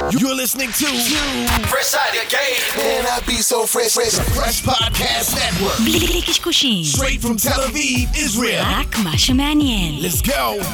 You're listening to Fresh Out the Game. Man, I be so fresh. Fresh Podcast Network. בלי קשקושים. Straight from Tel Aviv, Israel. רק מה שמעניין. Let's go.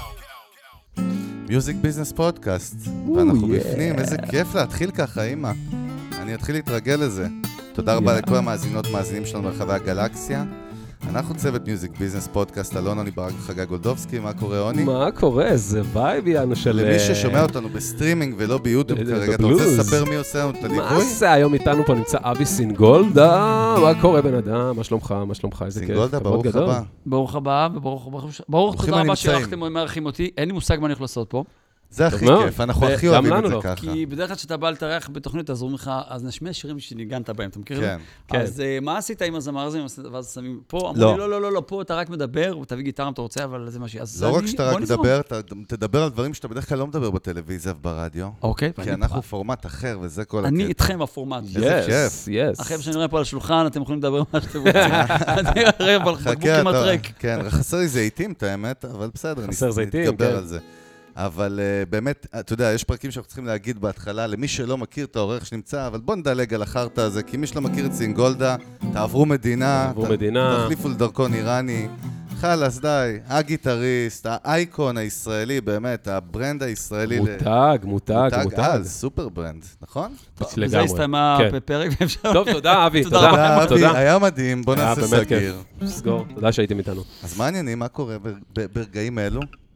מיוזיק ביזנס פודקאסט. ואנחנו בפנים, איזה כיף להתחיל ככה, אמא. אני אתחיל להתרגל לזה. תודה רבה לכל המאזינות מאזינים שלנו ברחבי הגלקסיה. אנחנו צוות מיוזיק ביזנס פודקאסט, אלון עוני ברק וחגי גולדובסקי. מה קורה, עוני? מה קורה? זה וייב יענו של... למי ששומע אותנו בסטרימינג ולא ביוטיוב כרגע, אתה רוצה לספר מי עושה לנו את הליווי? מה זה? היום איתנו פה נמצא אבי סינגולדה. מה קורה בן אדם? מה שלומך? מה שלומך? איזה כיף. סינגולדה, ברוך הבא. ברוך הבא, וברוך תודה רבה שהלכתם ומארחים אותי. אין לי מושג מה אני יכול לעשות פה. זה הכי כיף, אנחנו הכי אוהבים את זה ככה. כי בדרך כלל שאתה בא לתארח בתוכנית, אז אומרים לך, אז נשמיע שירים שניגנת בהם, אתה מכיר? כן. אז מה עשית עם הזמר הזה, ואז שמים פה? אמרו לי, לא, פה אתה רק מדבר, ותביא גיטרה אם אתה רוצה, אבל זה מה ש... לא רק שאתה רק מדבר, תדבר על דברים שאתה בדרך כלל לא מדבר בטלוויזיה וברדיו. אוקיי. כי אנחנו פורמט אחר, וזה כל הקטע. אני איתכם בפורמט. איזה כיף. אחרי שאני רואה פה על השולחן, אתם יכולים לדבר מה שאתם רוצים. אני אראה בקבוק עם הטרק. כן, חסר לי זיתים, את האמת, אבל בסדר, נתגבר על זה. אבל באמת, אתה יודע, יש פרקים שאנחנו צריכים להגיד בהתחלה, למי שלא מכיר את העורך שנמצא, אבל בוא נדלג על החרטא הזה, כי מי שלא מכיר את סינגולדה, תעברו מדינה, תחליפו לדרכון איראני, חלס, די, הגיטריסט, האייקון הישראלי, באמת, הברנד הישראלי. מותג. סופר ברנד, נכון? זה הסתיים הפרק. טוב, תודה אבי, תודה אבי, היה מדהים, בוא נעשה סגיר. סגור, תודה שהייתם איתנו. אז מה העניינים, מה קורה ברגעים אלו?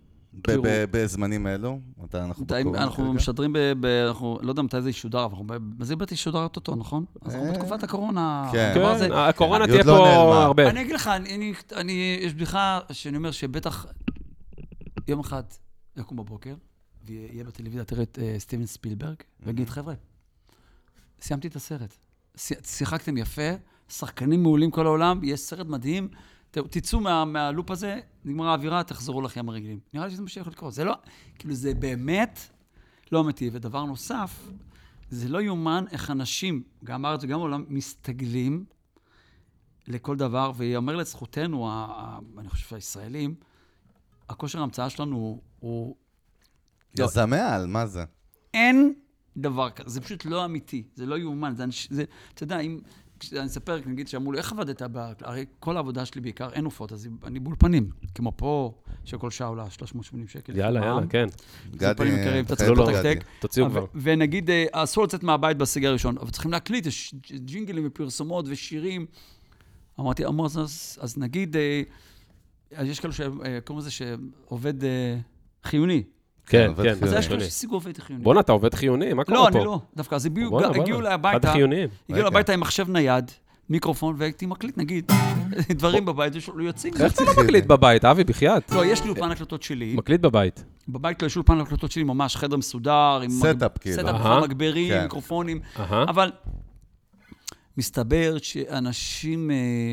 בזמנים האלו, אנחנו משדרים, לא יודע מתי זה ישודר, אבל זה בטח ישודר אותו, נכון? אז אנחנו בתקופת הקורונה. כן, הקורונה תהיה פה הרבה. אני אגיד לך, יש בדיחה שאני אומר שבטח יום אחד יקום בבוקר, ויהיה בטלוויזיה, תראה את סטיבן ספילברג, ויגיד, חבר'ה, סיימתי את הסרט. שיחקתם יפה, שחקנים מעולים כל העולם, יש סרט מדהים, תצאו מהלופ הזה, נגמר האווירה, תחזרו לחיים הרגילים. נראה לי שזה מה שיכול לקרות. זה לא, כאילו זה באמת לא אמיתי. ודבר נוסף, זה לא יומן איך אנשים, גם בארץ וגם בעולם, מסתגלים לכל דבר, ויאמר לזכותנו, אני חושב הישראלים, הכושר ההמצאה שלנו הוא... יזמע, מה זה? אין דבר כזה, זה פשוט לא אמיתי, זה לא יומן, אתה יודע, אם... כשאני אספר, נגיד שאמרו לי, איך עבדת? הרי כל העבודה שלי בעיקר אין הופעות, אז אני באולפנים, כמו פה, שכל שעה עולה 380 שקל. יאללה, כן. אולפנים יקרים, תוציאו כבר. ונגיד, אסור לצאת מהבית בסגר הראשון, אבל צריכים להקליט, יש ג'ינגלים ופרסומות ושירים. אמרתי, אז נגיד, יש כאלו שקוראים לזה שעובד חיוני. כן. אז יש כאלה ששיגו עובד חיוני. בוא'נה, אתה עובד חיוני? מה קורה פה? לא, אני לא. דווקא, אז הגיעו הביתה עם מחשב נייד, מיקרופון, והייתי מקליט, נגיד, דברים בבית, ויוצאים. איך אתה לא מקליט בבית, אבי, בחייאת? לא, יש לי אולפן הקלטות שלי. מקליט בבית. בבית לא, יש לי אולפן הקלטות שלי, ממש חדר מסודר, עם סטאפ, כאילו. סטאפ, מגברים, מיקרופונים. אבל מסתבר שאנשים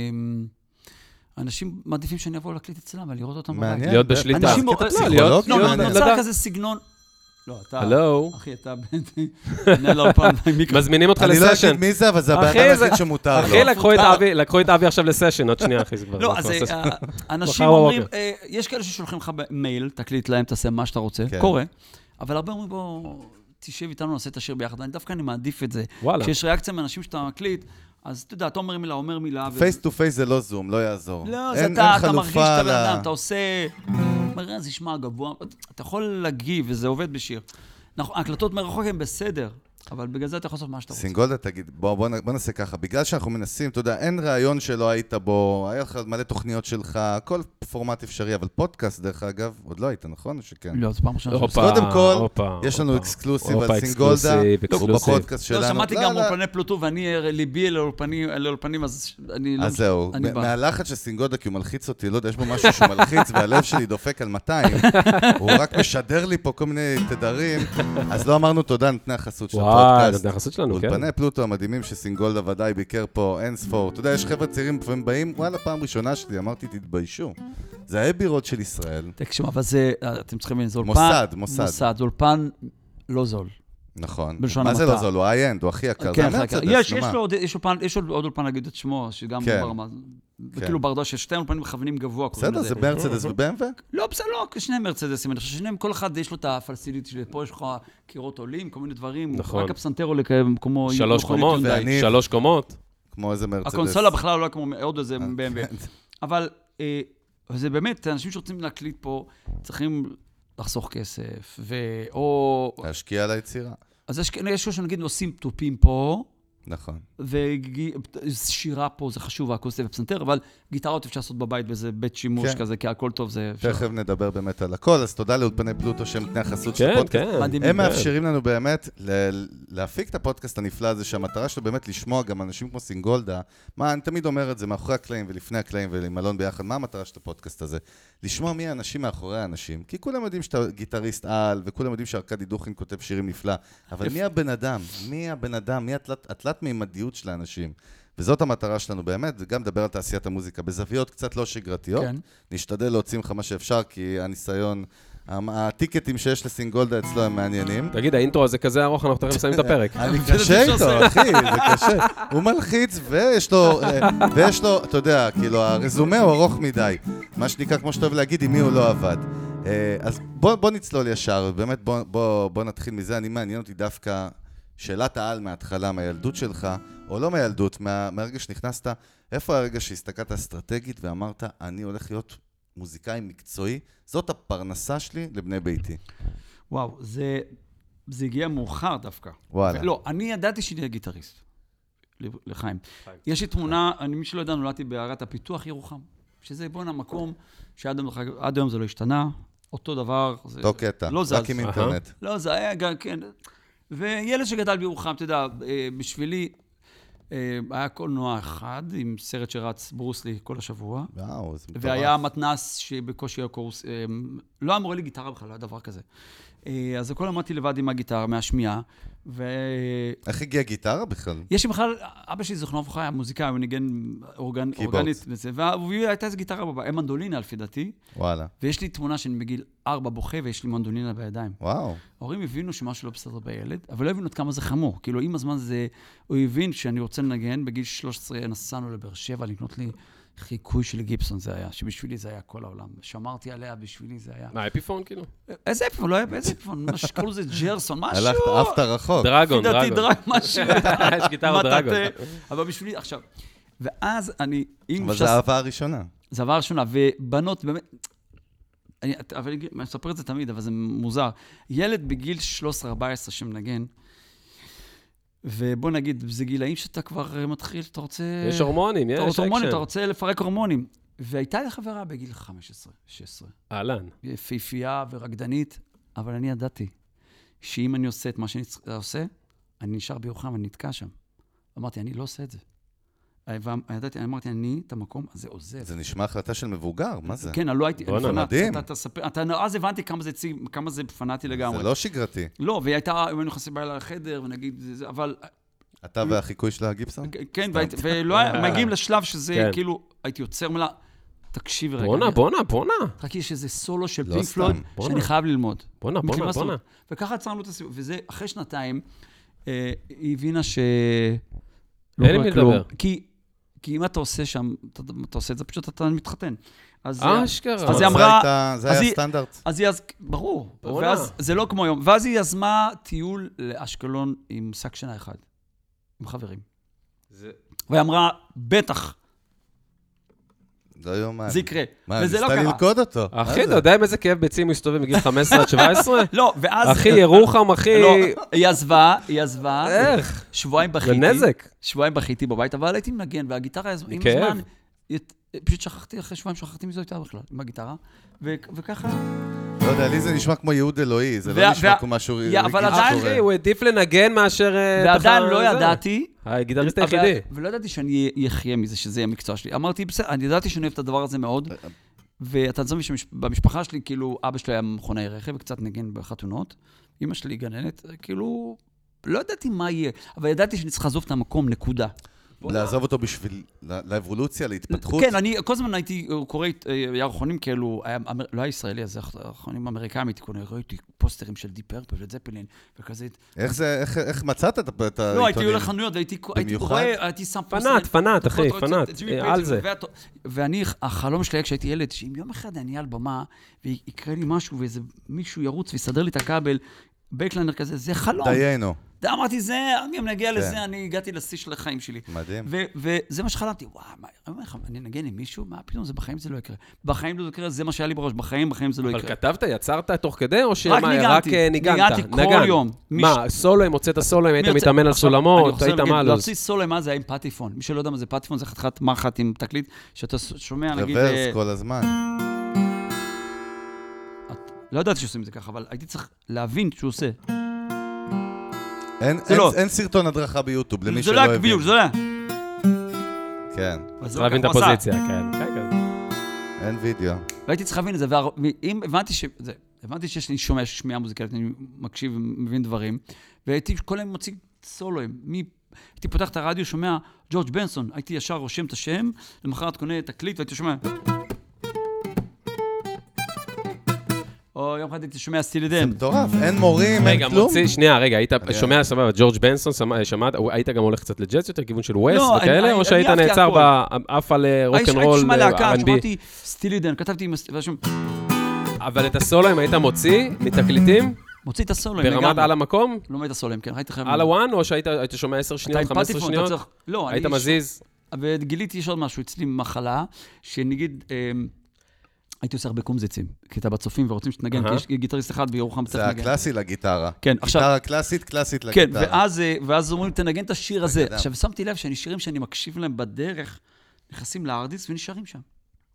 מעדיפים שאני אבוא להקליט אצלם, ולראות אותם בבית. להיות בשליטה. לא, נוצר כזה סגנון. לא, אתה... אחי, אתה... מזמינים אותך לסשן. אני לא אגיד מי זה, אבל זה הבן היחיד שמותר לו. אחי, לקחו את אבי עכשיו לסשן, עוד שנייה, אחי, זה כבר... לא, אז אנשים אומרים, יש כאלה ששולחים לך במייל, תקליט להם, תעשה מה שאתה רוצה, קורה, אבל הרבה אומרים, בוא, תשב איתנו, נעשה את השיר ביחד, דווקא אני מעדיף את זה. כשיש ריאקציה מאנשים שאתה מקליט, אז אתה יודע, אתה אומר מילה... פייס טו פייס זה לא זום, לא יעזור. לא, אתה מרגיש שאתה בן אדם, אתה עושה... זה ישמע גבוה, אתה יכול להגיב, וזה עובד בשיר. ההקלטות מרחוק הן בסדר, אבל בגלל זה אתה יכול לעשות מה שאתה רוצה. סינגולדה, תגיד, בוא נעשה ככה. בגלל שאנחנו מנסים, אתה יודע, אין רעיון שלא היית בו, היה לך מלא תוכניות שלך, כל פורמט אפשרי, אבל פודקאסט, דרך אגב, עוד לא היית, נכון? שכן. לא, זה פעם ראשונה. קודם כל, יש לנו אקסקלוסיב על סינגולדה, בפודקאסט שלנו. לא, שמעתי גם אולפני פלוטו, ואני ליבי לאולפנים, אז אני לא... אז זהו, מהלחץ של סינגולדה, כי הוא מלחיץ אותי, לא יודע, יש בו משהו שהוא מלחיץ, והלב שלי דופק על 200, הוא רק משדר לי פה כל מיני תדרים, אז לא אמרנו תודה נתני החסות של הפודקאסט. אולפני פלוטו המדהימים שסינגולדה ודאי ביקר פה, אין ספור. אתה יודע, יש חבר'ה צעירים לפעמים באים, וואלה, פעם ראשונה שלי, אמרתי, תתביישו. זה היה בירות של ישראל. תקשיב, אבל זה, אתם צריכים להבין, זה אולפן... מוסד. זה אולפן לא זול. נכון. בלשון מה זה המעטה. לא זול? הוא היי-אנד, הוא הכי יקר. כן, זה מרצדס, יש לו עוד אולפן להגיד את שמו, שגם כן. ברמה. וכאילו ברדוש, ששתי אולפנים מכוונים גבוה. בסדר, זה מרצדס ו-BMW? לא, בסדר, לא, שני מרצדסים. אני חושב ששניהם, כל אחד יש לו את הפלסיליטי שלי. פה יש לך קירות עולים, כל מיני דברים. נכון. רק הפסנתר עולה כמו... 3 קומות, 3 קומות. כמו איזה מרצדס. הקונסולה בכלל לא כמו עוד איזה BMW. אבל זה באמת, אנשים שרוצים להקליט פה, צריכים לחסוך כסף, או... להשקיע על היצירה. אז יש שנגיד עושים טופים פה, נכון. ושירה פה זה חשוב, האקוסטי ופסנתר, אבל גיטרות אפשר לעשות בבית באיזה בית שימוש כזה, כי הכל טוב זה... תכף נדבר באמת על הכל, אז תודה לאולפני פלוטו שהם תני החסות של הפודקאסט. הם מאפשרים לנו באמת להפיק את הפודקאסט הנפלא הזה, שהמטרה שלו באמת לשמוע גם אנשים כמו סינגולדה. אני תמיד אומר את זה, מאחורי הקלעים ולפני הקלעים ועם אלון ביחד, מה המטרה של הפודקאסט הזה? לשמוע מי האנשים מאחורי האנשים, כי כולם יודעים שאתה גיטריסט על, וכולם יודעים שארקדי דוכין כותב שירים נפלא, אבל מי הבן אדם? מי הבן אדם? מי התלת מימדיות של האנשים? וזאת המטרה שלנו באמת, וגם לדבר על תעשיית המוזיקה בזוויות קצת לא שגרתיות. כן. נשתדל להוציא ממך מה שאפשר, כי הניסיון, הטיקטים שיש לסינגולדה אצלו הם מעניינים. תגיד, האינטרו הזה כזה ארוך, אנחנו תכף מסיימים את הפרק. אני קשה איתו, אחי, זה קשה. הוא מלחיץ, ויש לו, אתה יודע, כאילו, הרזומה הוא ארוך מדי. מה שנקרא, כמו שאתה אוהב להגיד, עם מי הוא לא עבד. אז בוא נצלול ישר, ובאמת בוא נתחיל מזה. אני מעניין אותי דווקא שאלת העל מההתחלה, מהילדות שלך, או לא מהילדות, מהרגע שנכנסת, איפה הרגע שהסתכלת אסטרטגית ואמרת, אני הולך להיות מוזיקאי מקצועי, זאת הפרנסה שלי לבני ביתי. וואו, זה הגיע מאוחר דווקא. וואלה. לא, אני ידעתי שאני אהיה גיטריסט, לחיים. יש לי תמונה, מי שלא ידע, נולדתי בעיירת הפיתוח ירוחם, שזה בוא המקום שעד היום זה לא השתנה, אותו דבר. אותו קטע, רק עם אינטרנט. לא, זה היה גם, כן. וילד שגדל בירוחם, אתה יודע, בשבילי, היה קולנוע אחד עם סרט שרץ ברוסלי כל השבוע. וואו, זה מטורף. והיה מתנס שבקושי היה קורס, לא אמרו לי גיטרה בכלל, לא היה דבר כזה. אז הכל למדתי לבד עם הגיטרה, מהשמיעה. איך הגיעה גיטרה בכלל? יש לי בכלל, אבא שלי זכרונו לברכה היה מוזיקאי, הוא ניגן אורגנית. והייתה איזו גיטרה בבית, מנדולינה לפי דעתי. וואלה. ויש לי תמונה שאני בגיל 4 בוכה, ויש לי מנדולינה בידיים. וואו. ההורים הבינו שמשהו לא בסדר בילד, אבל לא הבינו עד כמה זה חמור. כאילו, עם הזמן הוא הבין שאני רוצה לנגן, בגיל 13 נסענו לבאר שבע לקנות לי חיקוי של גיבסון זה היה, שבשבילי זה היה כל העולם. שמרתי עליה, בשבילי זה היה. מה, אפיפון כאילו? איזה אפיפון? לא היה באיזה אפיפון? מה שקראו לזה ג'רסון, משהו. הלכת, אהבת רחוק. דרגון. משהו. יש גיטרה דרגון. אבל בשבילי, עכשיו, ואז אני... אבל זה האהבה הראשונה. זה האהבה הראשונה, ובנות באמת... אני מספר את זה תמיד, אבל זה מוזר. ילד בגיל 13-14 שמנגן, ובוא נגיד, זה גילאים שאתה כבר מתחיל, אתה רוצה... יש הורמונים, יש אקשן. אתה רוצה לפרק הורמונים. והייתה לי חברה בגיל 15-16. אהלן. יפהפייה ורקדנית, אבל אני ידעתי שאם אני עושה את מה שאני עושה, אני נשאר בירוחם, אני נתקע שם. אמרתי, אני לא עושה את זה. אמרתי, אני את המקום הזה עוזב. זה נשמע החלטה של מבוגר, מה זה? כן, לא הייתי... בוא'נה, מדהים. אז הבנתי כמה זה פנאטי לגמרי. זה לא שגרתי. לא, והייתה, אם אני נכנסים בעיה לחדר, ונגיד, אבל... אתה והחיקוי של הגיבסון? כן, ולא מגיעים לשלב שזה כאילו, הייתי יוצר מלה, תקשיב רגע. בונה. רק יש איזה סולו של פינק פלויד, שאני חייב ללמוד. בונה. וככה עצרנו את הסיבוב, וזה אחרי שנתיים, היא הבינה ש... אין לי מי לדבר. כי אם אתה עושה שם, אתה עושה את זה, פשוט אתה מתחתן. אשכרה. אז היא אמרה... זה היה סטנדרט. ברור. ואז זה לא כמו היום. ואז היא יזמה טיול לאשקלון עם שק שינה אחד. עם חברים. והיא אמרה, בטח. לא יומן. זה יקרה. מה, וזה לא ניסתה קרה. ללכוד אותו? אחי, אתה יודע עם איזה כאב ביצים מסתובב מגיל 15 עד 17? לא, ואז... אחי, ירוחם, אחי... לא, היא עזבה. איך? שבועיים בכיתי. זה נזק. שבועיים בכיתי בבית, אבל הייתי מנגן, והגיטרה עם הזמן... פשוט שכחתי, אחרי שבועיים שכחתי מזה יותר בכלל, עם הגיטרה, וככה... לא יודע, לי זה נשמע כמו ייעוד אלוהי, זה לא נשמע כמו משהו רגיל אבל עדיין, שקורה. הוא עדיף לנגן מאשר... ועדיין לא ידעתי... הגיטריסט היחידי. ולא ידעתי שאני אחיה מזה, שזה יהיה המקצוע שלי. אמרתי, בסדר, אני ידעתי שאני אוהב את הדבר הזה מאוד, ואתה נזמי שבמשפחה שלי, כאילו, אבא שלי היה מכונאי רכב, וקצת נגן בחתונות, אמא שלי גננת, כאילו, לא ידעתי מה יהיה, אבל ידעתי שאני צריך לעזוב את המקום, נקודה. לעזוב אותו בשביל, לאבולוציה, להתפתחות. כן, אני כל הזמן הייתי קורא ירחונים כאלו, לא היה ישראלי, אז ירחונים אמריקאים, הייתי קורא, ראיתי פוסטרים של דיפ פרפל ודד זפלין, וכזה... איך מצאת את העיתונים? לא, הייתי הולך לחנויות, והייתי רואה, הייתי שם פוסטרים... פנאט, אחי, פנאט, על זה. ואני, החלום שלי כשהייתי ילד, שאם יום אחד אני על במה, ויקרה לי משהו, ואיזה מישהו ירוץ ויסדר לי את הכבל, בקלנר כזה, זה חלום. דיינו. אמרתי, אני גם נגיע לזה, אני הגעתי לשיא של החיים שלי. מדהים. וזה מה שחלמתי, וואו, אני נגן עם מישהו? מה פתאום, בחיים זה לא יקרה. בחיים זה לא יקרה, זה מה שהיה לי בראש, בחיים זה לא יקרה. אבל כתבת, יצרת תוך כדי, או רק ניגנתי כל יום. מה, סולוים, הוצאת סולוים, היית מתאמן על סולמות, היית מה לוז? להוציא סולוים, זה היה עם פטיפון. מי שלא יודע מה זה פטיפון, זה חתיכת מחט עם תקליט, שאתה שומע, נגיד... רוורס כל הזמן. לא ידעתי שעושים את זה ככה, אבל הייתי צריך להבין שהוא עושה. אין סרטון הדרכה ביוטיוב, למי שלא הבין. זה לא היה. כן. צריך להבין את הפוזיציה, כן. אין וידאו. והייתי צריך להבין את זה, ואם הבנתי שיש לי שמיעה מוזיקלית, אני מקשיב ומבין דברים, והייתי כל היום מוציא סולוים. הייתי פותח את הרדיו, שומע ג'ורג' בנסון, הייתי ישר רושם את השם, למחרת קונה תקליט, והייתי שומע... או יום אחד הייתי שומע סטילי דם. זה מטורף, אין מורים, אין כלום. שנייה, רגע, היית שומע סבבה, ג'ורג' בנסון, שמעת, היית גם הולך קצת לג'אז יותר, כיוון של ווסט וכאלה, או שהיית נעצר באף על רוק'נ'רול, הייתי שומע להקה, R&B? שמעתי סטילי דם, כתבתי... אבל את הסולוים היית מוציא מתקליטים? מוציא את הסולוים. ברמת על המקום? לא מוציא את הסולוים, כן. על הוואן, או שהיית שומע 10 שניות, 15 שניות? לא, היית מזיז? וגיליתי יש עוד משהו, אצלי מחלה, שנגיד... הייתי עושה הרבה קומזיצים, כי אתה בצופים ורוצים שתנגן, כי יש גיטריסט אחד בירוחם צריך לנגן. זה הקלאסי לגיטרה. כן, עכשיו... גיטרה קלאסית לגיטרה. כן, ואז אומרים, תנגן את השיר הזה. עכשיו, שמתי לב שאני שירים שאני מקשיב להם בדרך, נכנסים לארדיס ונשארים שם.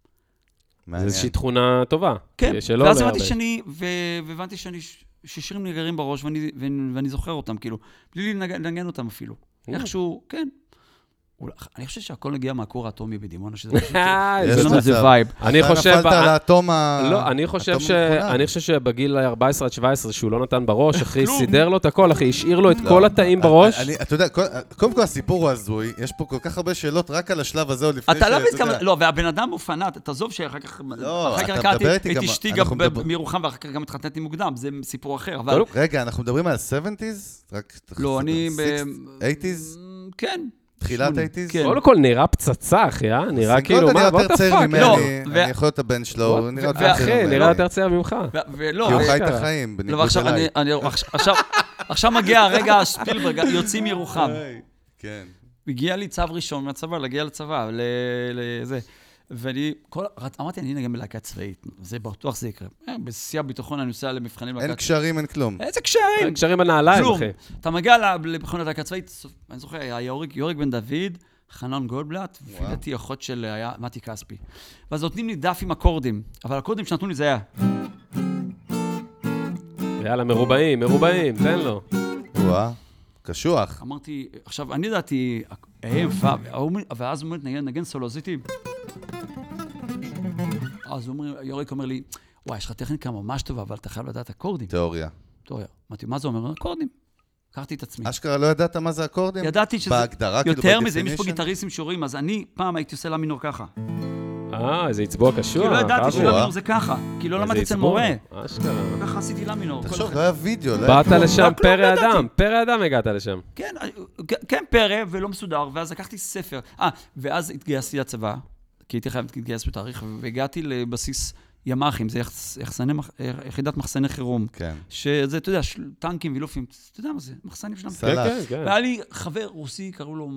זו איזושהי תכונה טובה. כן, ואז הבנתי ששירים נגרים בראש, ואני זוכר אותם, כאילו, בלי לנגן אותם אפילו. איכשהו, כן. אני חושב שהכל נגיע מהקור האטומי בדימונה, שזה זה וייב. אני חושב... נפלת על האטום לא, אני חושב שבגיל 14 עד 17, שהוא לא נתן בראש, אחי, סידר לו את הכל, אחי, השאיר לו את כל התאים בראש. אתה יודע, קודם כל הסיפור הוא הזוי, יש פה כל כך הרבה שאלות רק על השלב הזה, או לפני אתה לא מבין כמה... לא, והבן אדם הוא פנאט, תעזוב שאחר כך... אחר כך הכרתי את אשתי גם מירוחם, ואחר כך גם התחתנתי מוקדם, זה סיפור אחר, אבל... רגע, אנחנו מדברים על 70s? לא, אני... 80s? כן. תחילת 80s? קודם כל נראה פצצה, אחי, נראה כאילו, מה, what the fuck? אני יכול להיות הבן שלו, הוא נראה יותר צעיר ממני. אחי, נראה יותר צעיר ממך. כי הוא חי את החיים, בניגוד אליי. עכשיו מגיע הרגע שפילברג, יוצאים מירוחם. כן. הגיע לי צו ראשון מהצבא, להגיע לצבא, לזה. ואני, אמרתי, אני נגן בלהקה צבאית, זה בטוח זה יקרה. בשיא הביטחון אני נוסע למבחנים להקה צבאית. אין קשרים, אין כלום. איזה קשרים? אין קשרים בנעליים, אחי. אתה מגיע למבחנים להקה צבאית, אני זוכר, היה יוריק בן דוד, חנן גולדבלט, ולדעתי אחות של מתי כספי. ואז נותנים לי דף עם אקורדים, אבל האקורדים שנתנו לי זה היה. יאללה, מרובעים, תן לו. וואה, קשוח. אמרתי, עכשיו, אני ידעתי, ואז הוא אומר, נגן סולוזיטי. אז יוריק אומר לי, וואי, יש לך טכניקה ממש טובה, אבל אתה חייב לדעת אקורדים. תיאוריה. אמרתי, מה זה אומר? אקורדים. לקחתי את עצמי. אשכרה לא ידעת מה זה אקורדים? ידעתי שזה... בהגדרה, כאילו, יותר מזה, אם יש פה גיטריסטים שרואים, אז אני פעם הייתי עושה למינור ככה. איזה יצבוע קשוח. כי לא ידעתי שלמינור זה ככה. כי לא למדתי אצל מורה. אשכרה. ככה עשיתי למינור. תחשוב, לא היה וידאו. באת לשם פרא אדם הגעת לשם. כן, פרא ולא מסודר, ואז לקחתי ספר. ואז התגייסתי לצבא, כי הייתי חייב להתגייס בתאריך, והגעתי לבסיס ימ"חים, זה יחידת מחסני חירום. כן. שזה, אתה יודע, טנקים וילופים, אתה יודע מה זה, מחסנים שלנו. סלט. והיה לי חבר רוסי, קראו לו...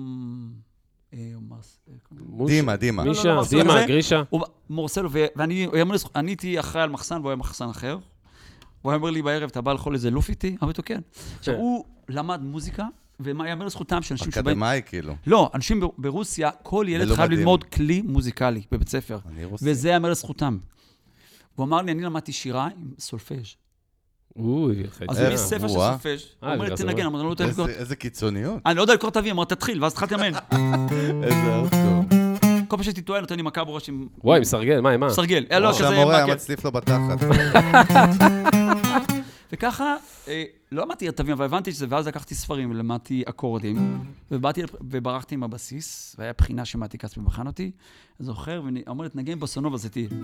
דימה. מישה, דימה, גרישה. הוא מורסלו, ואני הייתי אחראי על מחסן, והוא היה מחסן אחר. הוא אומר לי בערב, אתה בא לאכול איזה לוף איתי? אמרתי לו, כן. עכשיו, הוא למד מוזיקה, ומה יאמר לזכותם של אנשים שבאים... אקדמאי, כאילו. לא, אנשים ברוסיה, כל ילד חייב ללמוד כלי מוזיקלי בבית ספר. וזה יאמר לזכותם. הוא אמר לי, אני למדתי שירה עם סולפז'. אז הוא ספר של סולפז'. הוא אומר לי, תנגן, אני לא יודע לקרוא... איזה קיצוניות. אני לא יודע לקרוא תביא, אמר, תתחיל, ואז התחלתי אמן. איזה ארסקור. כל פעם שתתואל, נותן לי מכה בראש עם... וואי, עם סרגל, מה? סרגל. שהמורה היה מצליף לו בתחת. וככה, לא אמרתי הרטבים, אבל הבנתי שזה, ואז לקחתי ספרים ולמדתי אקורדים, וברחתי עם הבסיס, והיה בחינה שמעתי כספי בחן אותי, זוכר, ואומר להתנגן בסונוב, אז הייתי...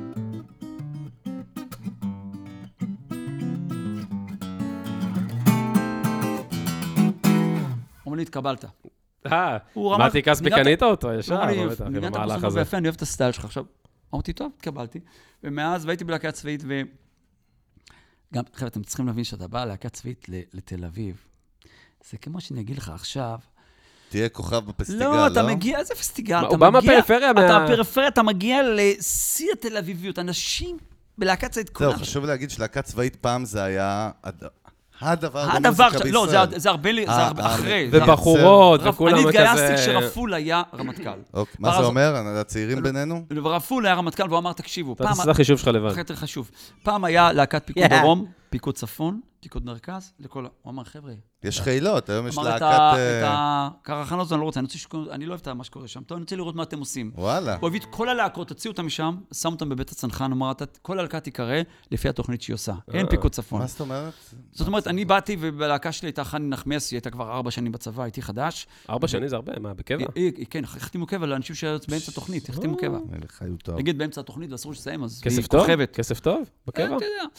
אומר לי, התקבלת. מתי כספי קנית אותו ישר? ניגנת בסונוב ויפה, אני אוהב את הסטייל שלך. עכשיו, אמרתי, טוב, התקבלתי. ומאז, והייתי בלהקה צבאית, גם, חבר'ה, אתם צריכים להבין שאתה בא להקה צבאית לתל אביב. זה כמו שאני אגיד לך עכשיו... תהיה כוכב בפסטיגל, לא? לא, אתה מגיע, איזה פסטיגל? הוא בא מהפריפריה. אתה בפריפריה, אתה מגיע לשיא התל אביביות. אנשים בלהקה צבאית כולם. זהו, חשוב להגיד שלהקה צבאית פעם זה היה... הדבר במוזיקה בישראל. לא, זה הרבה אחרי. ובחורות, וכולם כזה... אני התגייסתי כשרפול היה רמטכ"ל. מה זה אומר? הצעירים בינינו? רפול היה רמטכ"ל, והוא אמר, תקשיבו, פעם... תעשה החישוב שלך לבד. יותר חשוב. פעם היה להקת פיקוד דרום, פיקוד צפון, פיקוד מרכז, לכל... הוא אמר, חבר'ה... יש חילות, היום יש להקת... אמר את הקרחנות, אני לא רוצה, אני לא אוהב מה שקורה שם. טוב, אני רוצה לראות מה אתם עושים. וואלה. הוא הביא את כל הלהקות, תציעו אותם משם, שם אותם בבית הצנחן, אמר, כל הלהקה תיקרא לפי התוכנית שהיא עושה. אין פיקוד צפון. מה זאת אומרת? זאת אומרת, אני באתי, ובלהקה שלי הייתה חני נחמיאס, היא הייתה כבר 4 שנים בצבא, הייתי חדש. 4 שנים זה הרבה, מה, בקבע? כן, החתימו קבע לאנשים שבאמצע התוכנית, החתימו קבע. נגיד באמצע התוכנית, ואסור שתסיים, אז כסף טוב? כסף טוב? בקבע?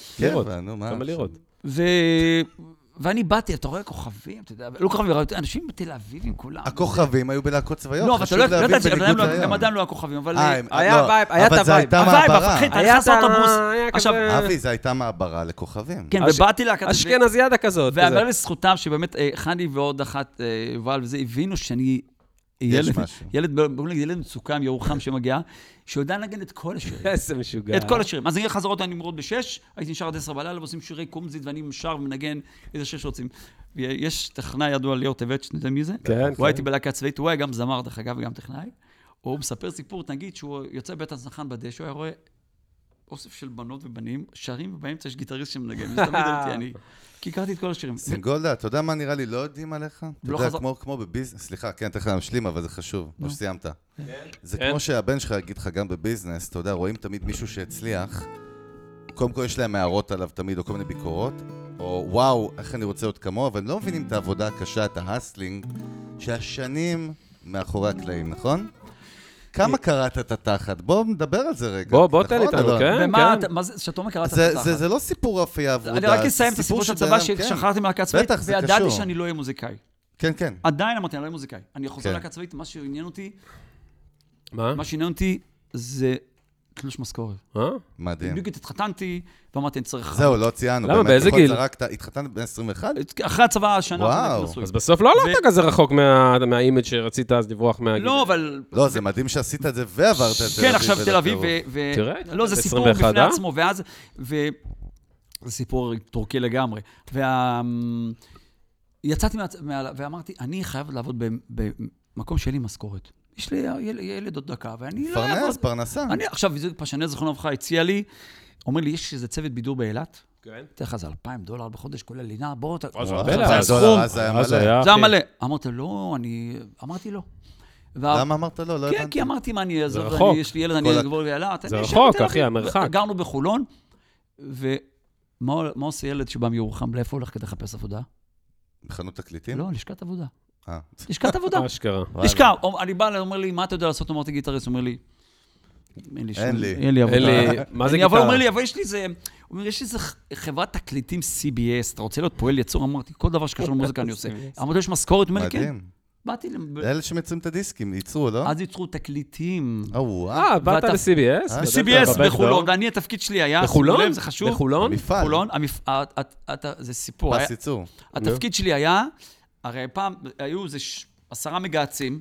ואני באתי, אתה רואה כוכבים, אתה יודע, לא כוכבים, אנשים בתל אביב עם כולם. הכוכבים היו בלהקות צבאיות, לא, חשוב להבין בניגוד היום. גם עדיין לא הכוכבים, אבל... היה את אבל זה הייתה מעברה. היה את האוטובוס. אבי, זה הייתה מעברה לכוכבים. כן, ובאתי להקת... אשכנזיאדה כזאת. ואמר לזכותם שבאמת, חני ועוד אחת, יובל וזה, הבינו שאני... ילד מצוקה מירוחם שמגיע, שיודע לנגן את כל השירים. איזה משוגע. את כל השירים. אז אני חזרות, אני נמרוד ב6, הייתי נשאר עד 10 בלילה, ועושים שירי קומזית, ואני שר ומנגן איזה שיר שרוצים. יש טכנאי ידוע ליאור טבת, שנדע מי זה? כן. הוא הייתי בלהקה צבאית, הוא היה גם זמר, דרך אגב, וגם טכנאי. הוא מספר סיפור, נגיד, שהוא יוצא בית הצנחן בדשא, הוא היה רואה אוסף של בנות ובנים, שרים, ובאמצע יש גיטריסט שמנגן. וזה תמיד הייתי אני. כי הכרתי את כל השירים. סינגולדה, אתה יודע מה נראה לי לא יודעים עליך? אתה יודע, כמו בביזנס, סליחה, כן, תכף להשלים, אבל זה חשוב, כמו שסיימת. זה כמו שהבן שלך יגיד לך גם בביזנס, אתה יודע, רואים תמיד מישהו שהצליח, קודם כל יש להם הערות עליו תמיד, או כל מיני ביקורות, או וואו, איך אני רוצה עוד כמוה, אבל הם לא מבינים את העבודה הקשה, את ההסלינג, שהשנים מאחורי הקלעים, נכון? כמה קראת את התחת? בוא נדבר על זה רגע. בוא תן לי תנו, כן? ומה, שאתה אומר קראת את התחת? זה לא סיפור אפייה עבודה. אני רק אסיים את הסיפור של הצבא ששחררתי מלהקה צבאית, וידעתי שאני לא אהיה מוזיקאי. כן, כן. עדיין אמרתי, אני לא אהיה מוזיקאי. אני חוזר ללהקה צבאית, מה שעניין אותי זה תלוש משכורת. מדהים. בדיוק התחתנתי, ואמרתי, אני צריך... זהו, לא ציינו. למה, באיזה גיל? התחתנת בין 21? אחרי הצבא השנה. וואו. אז בסוף לא הלכת כזה רחוק מהאימג' שרצית אז לברוח מהגיל. לא, אבל... לא, זה מדהים שעשית את זה ועברת את תל אביב. כן, עכשיו תל אביב, תראה. לא, זה סיפור בפני עצמו, ואז... זה סיפור טורקי לגמרי. יצאתי ואמרתי, אני חייב לעבוד במקום שאין לי משכורת. יש לי ילד עוד דקה, ואני לא אעבוד. פרנס, פרנסה. עכשיו, פשנל זכרונו לברכה הציע לי, אומר לי, יש איזה צוות בידור באילת, כן. תראה לך, זה $2,000 בחודש, כולל לינה, בוא... זה הסכום. אז היה זה היה מלא. אמרתי, לא, אמרתי לא. למה אמרת לא? לא הבנתי. כן, כי אמרתי, מה אני אעזוב, יש לי ילד, אני אגבור באילת. זה רחוק, אחי, המרחק. גרנו בחולון, ומה עושה ילד שבא מירוחם, לאיפה הולך כדי לחפש עבודה? בחנות תקליטים? לא, לשכת עבודה. לשכת עבודה. אשכרה. לשכה. אני בא, אומר לי, מה אתה יודע לעשות? אמרתי גיטריסט, אומר לי, אין לי עבודה. מה זה גיטרה? הוא אומר לי, אבל יש לי איזה, הוא אומר, יש איזה חברת תקליטים CBS, אתה רוצה להיות פועל יצור? אמרתי, כל דבר שקשור למוזיקה אני עושה. אמרתי, יש משכורת? הוא אומר לי, כן. באתי... אלה שמייצרים את הדיסקים, ייצרו, לא? אז ייצרו תקליטים. וואו. באת ל-CBS? CBS בחולון, ואני התפקיד שלי היה... בחולון? זה חשוב. בחולון? מפעל. זה סיפור. פס ייצור. התפקיד שלי היה, הרי פעם היו איזה 10 מגהצים,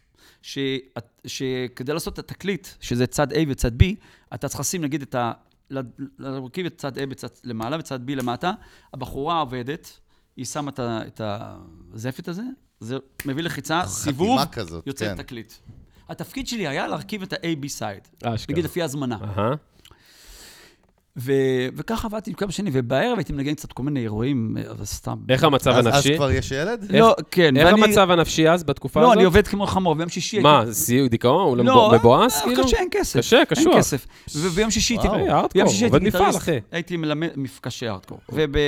שכדי לעשות את התקליט, שזה צד A וצד B, אתה צריך לשים, נגיד, להרכיב את צד A בצד למעלה וצד B למטה, הבחורה עובדת, היא שמה את הזפת הזה, זה מביא לחיצה, סיבוב, יוצא תקליט. התפקיד שלי היה להרכיב את ה-A-B סייד. נגיד לפי הזמנה. וככה עבדתי כמה שנים, ובערב הייתי מנגן קצת כל מיני אירועים, סתם. איך המצב הנפשי? אז כבר יש ילד? לא, כן. איך המצב הנפשי אז, בתקופה הזאת? לא, אני עובד כמו חמור, ביום שישי... מה, דיכאון? הוא מבואס? לא, קשה, אין כסף. קשה, קשוח. אין כסף. וביום שישי הייתי גיטריסט. הייתי מלמד מפגשי הארדקור.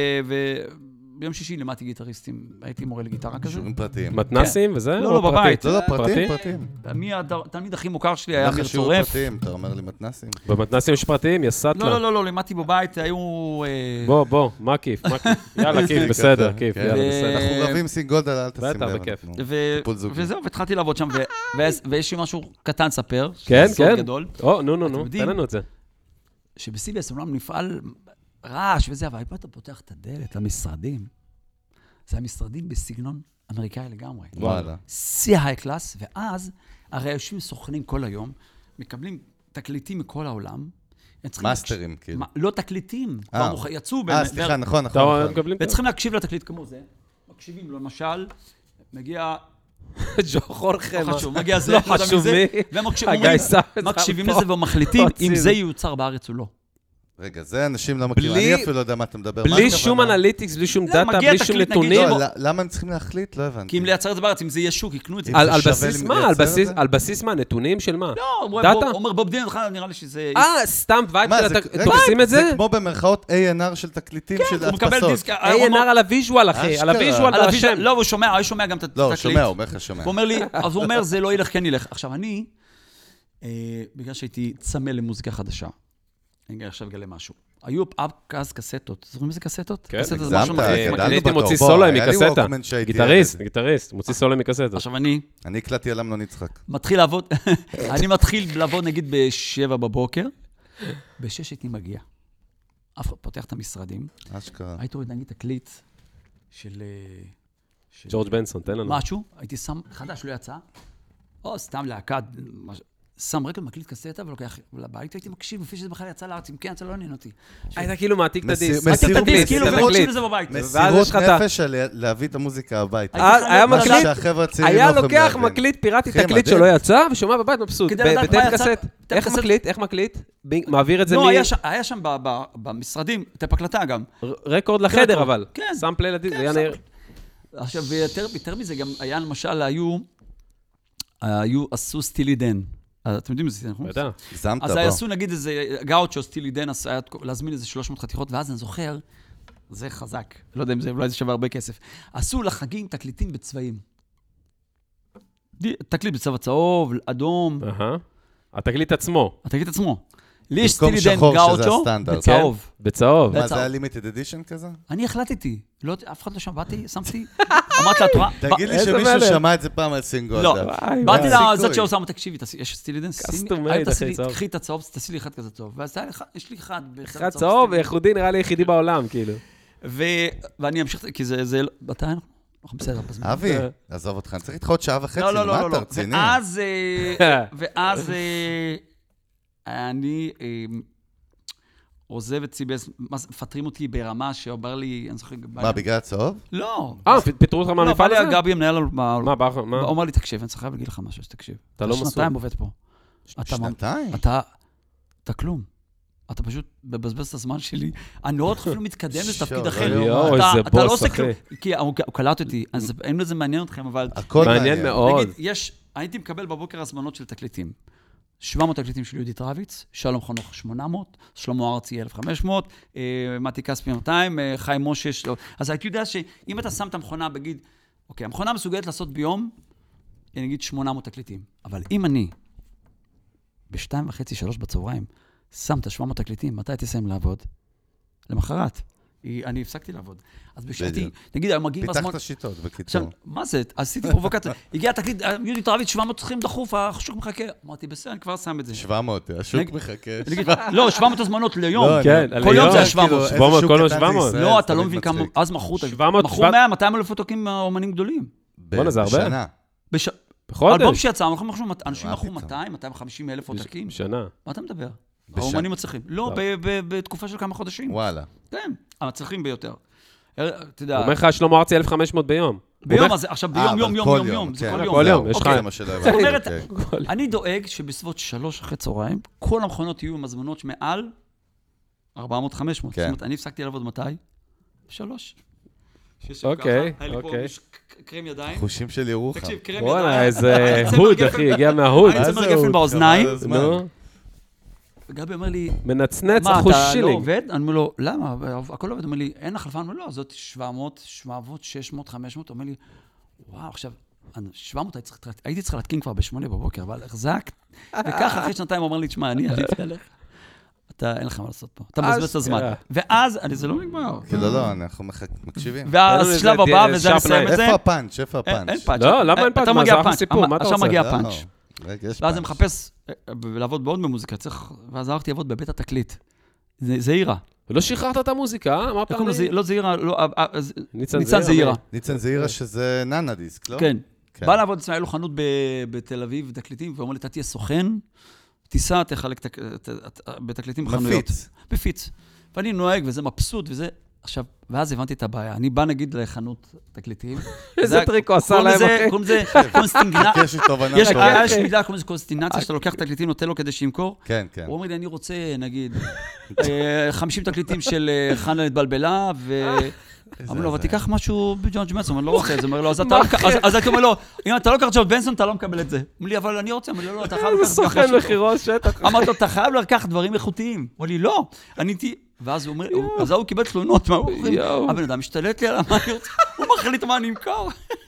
ביום שישי למדתי גיטריסטים, הייתי מורה לגיטרה כזה. שיעורים פרטיים. מתנסים וזה? לא, בבית. לא, פרטיים. מי התלמיד הכי מוכר שלי היה אמיר צורף. שיעורים פרטיים, אתה אומר לי מתנסים. במתנסים יש פרטיים, יסטלה. לא, למדתי בבית, היו... בוא, מה כיף? יאללה, כיף, בסדר, כיף, יאללה, בסדר. אנחנו רבים סינגולדה, אל תשים לב. בטח, בכיף. וזהו, והתחלתי לעבוד שם, ויש לי משהו קטן ספר. כן. גדול. נו, תן לנו את זה. שבסיביאס אומנם נפעל רעש וזה, אבל פה אתה פותח את הדלת למשרדים. זה המשרדים בסגנון אמריקאי לגמרי. וואלה. שיא ההי-קלאס, ואז הרי יושבים סוכנים כל היום, מקבלים תקליטים מכל העולם. מאסטרים, כאילו. לא תקליטים, יצאו. סליחה, נכון. וצריכים להקשיב לתקליט כמו זה. מקשיבים לו, למשל, מגיע... חורכה, לא חשוב, מגיע זה, לא חשוב מי. ומקשיבים לזה ומחליטים אם זה יוצר בארץ או לא. רגע, זה אנשים לא מכירים, אני אפילו לא יודע מה אתה מדבר. בלי שום אנליטיקס, בלי שום דאטה, בלי שום נתונים. למה הם צריכים להחליט? לא הבנתי. כי אם לייצר את זה בארץ, אם זה יהיה שוק, יקנו את זה. על בסיס מה? על בסיס מה? נתונים של מה? לא, דאטה? אומר בוב דילן, נראה לי שזה... סתם וייב של תופסים את זה? זה כמו במרכאות A&R של תקליטים של הדפסות. A&R על הוויז'ואל, אחי, על הוויז'ואל ועל השם. לא, הוא שומע גם את התקליט. לא, הוא שומע, הוא אומר לך שומע. הוא אומר לי, אז הוא אומר, זה לא ילך, כן ילך. עכשיו, אני, בגלל שהייתי צמא למוזיקה חדשה, אני עכשיו אגלה משהו. היו אז קסטות. זוכרים איזה קסטות? כן, הגזמת, הייתי מוציא סולו מקסטה. גיטריסט, מוציא סולו מקסטה. עכשיו אני הקלטתי על אמנון יצחק. מתחיל לעבוד, אני מתחיל לעבוד נגיד ב-7 בבוקר, ב-6 הייתי מגיע. אף אחד פותח את המשרדים. אשכרה. הייתי רואה נגיד תקליט של... ג'ורג' בנסון, תן לנו. משהו, הייתי שם, חדש לא יצא, או סתם להקד, שם רגע מקליט קסטה ולוקח לבית, הייתי מקשיב, לפי שזה בכלל יצא לארץ, אם כן, זה לא עניין אותי. היית כאילו מעתיק את הדיסק. מעתיק את הדיסק, כאילו, ומקשיב לזה בבית. מסירות נפש על להביא את המוזיקה הביתה. היה מקליט, היה לא לוקח מקליט פיראטי, תקליט שלא יצא, ושומע בבית מבסוט. בטייפ קסט. איך מקליט? מעביר את זה לא, היה שם במשרדים, טייפ הקלטה גם. רקורד לחדר אבל. כן. שם פליי לדיסק, זה היה נראה. עכשיו, ויותר מזה גם היה למשל, עשו סטילי דן. אתם יודעים איזה, נכון? בטח. אז עשו נגיד איזה גאוצ'ו, סטילי דן, להזמין איזה 300 חתיכות, ואז אני זוכר, זה חזק, לא יודע אם זה, אולי זה שווה הרבה כסף. עשו לחגים תקליטים בצבעים. תקליט בצבע צהוב, אדום. התקליט עצמו. התקליט עצמו. לי יש סטילי דן גאוצ'ו, בצהוב. בצהוב. מה, זה היה לימיטד אדישן כזה? אני החלטתי. אף אחד לא שם, באתי, שמתי, אמרתי לה, תורה... תגיד לי שמישהו שמע את זה פעם על סינגולדה. לא, באתי לה, זאת שעושה, תקשיבי, יש סטילי דן, קחי את הצהוב, תעשי לי אחד כזה צהוב. ואז יש לי אחד צהוב, ייחודי, נראה לי יחידי בעולם, כאילו. ואני אמשיך, כי זה... מתי אנחנו בסדר, בזמן. אבי, עזוב אותך, אני צריך איתך עוד 1.5 שעה, מה אתה רציני? ואז אני עוזב את סיבס, מפטרים אותי ברמה שאומר לי, אני זוכר... מה, בגלל הצהוב? לא. פיטרו אותך מהמפעל הזה? לא, גבי המנהל... מה? אומר לי, תקשיב, אני צריך להגיד לך משהו, תקשיב. אתה לא מסור. שנתיים עובד פה. שנתיים? אתה כלום. אתה פשוט מבזבז את הזמן שלי. אני לא אפילו מתקדם לתפקיד אחר. יואו, איזה בוס, אחי. כי הוא קלט אותי, אז אין לזה מעניין אתכם, אבל... הכל מעניין מאוד. נגיד, הייתי מקבל בבוקר הזמנות של תקליטים. 700 תקליטים של יהודית רביץ, שלום חנוך 800, שלמה ארצי 1500, מתי כספי 200, חיים משה, אז הייתי יודע שאם אתה שם את המכונה בגיד, אוקיי, המכונה מסוגלת לעשות ביום, נגיד 800 תקליטים, אבל אם אני, ב-2:30, 3 בצהריים, שם את 700 תקליטים, מתי תסיים לעבוד? למחרת. אני הפסקתי לעבוד. אז בשעתי, נגיד, היום מגיעים בזמן... פיתחת שיטות, בקיצור. עכשיו, מה זה? עשיתי פרובוקציה. הגיע תקליט, יהודית רביץ, 700 צריכים דחוף, השוק מחכה. אמרתי, בסדר, אני כבר שם את זה. 700, השוק מחכה. לא, 700 הזמנות ליום. כן, כל יום זה 700. 700. לא, אתה לא מבין כמה, אז מכרו 100, 200 אלף עותקים אומנים גדולים. בוא'נה, זה הרבה. בשנה. בחודש. אלבום שיצא, אנשים מכרו 200, 250 אלף עותקים. בשנה. מה אתה מדבר? האומנים מצליחים. לא, בתקופה של כמה חודשים. וואלה. כן, המצליחים ביותר. הוא אומר לך, שלמה ארצי 1,500 ביום. ביום הזה, עכשיו ביום, יום. זה כל יום, יש לך... זאת אומרת, אני דואג שבסביבות 3 אחרי צהריים, כל המכונות יהיו עם הזמנות מעל 400, 500. כן. זאת אומרת, אני הפסקתי לעבוד מתי? 3. אוקיי. היה לי פה קרם ידיים. חושים של ירוחם. תקשיב, קרם ידיים. וואלה, איזה הוד, אחי, הגיע מההוד. היה צמר גפן באוזניים. נו, וגבי אומר לי, מנצנץ, מה, אחוז אתה לא שילינג. עובד? אני אומר לו, למה? הכל לא עובד. הוא אומר לי, אין החלפה? אני אומר, לא, זאת 700, 600, 500. הוא אומר לי, וואו, עכשיו, 700 הייתי צריך להתקין כבר ב8 בבוקר, אבל החזקת. וככה, אחרי שנתיים הוא אומר לי, תשמע, אני עליתי עליך. אין לך מה לעשות פה. אתה מבזבז את הזמן. ואז, זה לא נגמר. לא, אנחנו מקשיבים. ואז שלב הבא, וזה מסיים את זה. איפה הפאנץ'? איפה הפאנץ'? אין פאנץ'. לא, למה אין פאנץ'? מה, זה אחלה סיפור, מה אתה רוצה? עכשיו מגיע פאנץ'. רגע, יש ואז אני מחפש לעבוד מאוד במוזיקה, ואז הלכתי לעבוד בבית התקליט. זעירה. ולא שחררת את המוזיקה, אמרת לי? לא זעירה, ניצן זעירה. ניצן זעירה שזה ננה דיסק, לא? כן. בא לעבוד אצלנו, היה לו חנות בתל אביב, תקליטים, ואומר לי, אתה תהיה סוכן, תיסע, תחלק בתקליטים בחנויות. מפיץ. ואני נוהג, וזה מבסוט, וזה... עכשיו, ואז הבנתי את הבעיה. אני בא נגיד לחנות תקליטים. איזה טריק הוא עשה להם, אחי. קוראים לזה קונסטינגנציה. יש מידה, קוראים לזה קונסטינגנציה, שאתה לוקח תקליטים, נותן לו כדי שימכור. כן, כן. הוא אומר לי, אני רוצה, נגיד, 50 תקליטים של חנה התבלבלה, אמר לו, אבל תיקח משהו בג'ורג' בנסון, אני לא רוצה את זה. אומר לו, אז הייתי אומר לו, אם אתה לא לקח ג'ורג' בנסון, אתה לא מקבל את זה. אמר לי, אבל אני רוצה, אמר לי, לא, אתה חייב לקחת משהו. סוכן מחירות שטח. אמרתי לו, אתה חייב לקחת דברים איכותיים. אמר לי, לא. ואז הוא אומר, אז הוא קיבל תלונות, מה הוא אומר? הבן אדם משתלט לי על מה אני רוצה, הוא מחליט מה אני אמכור.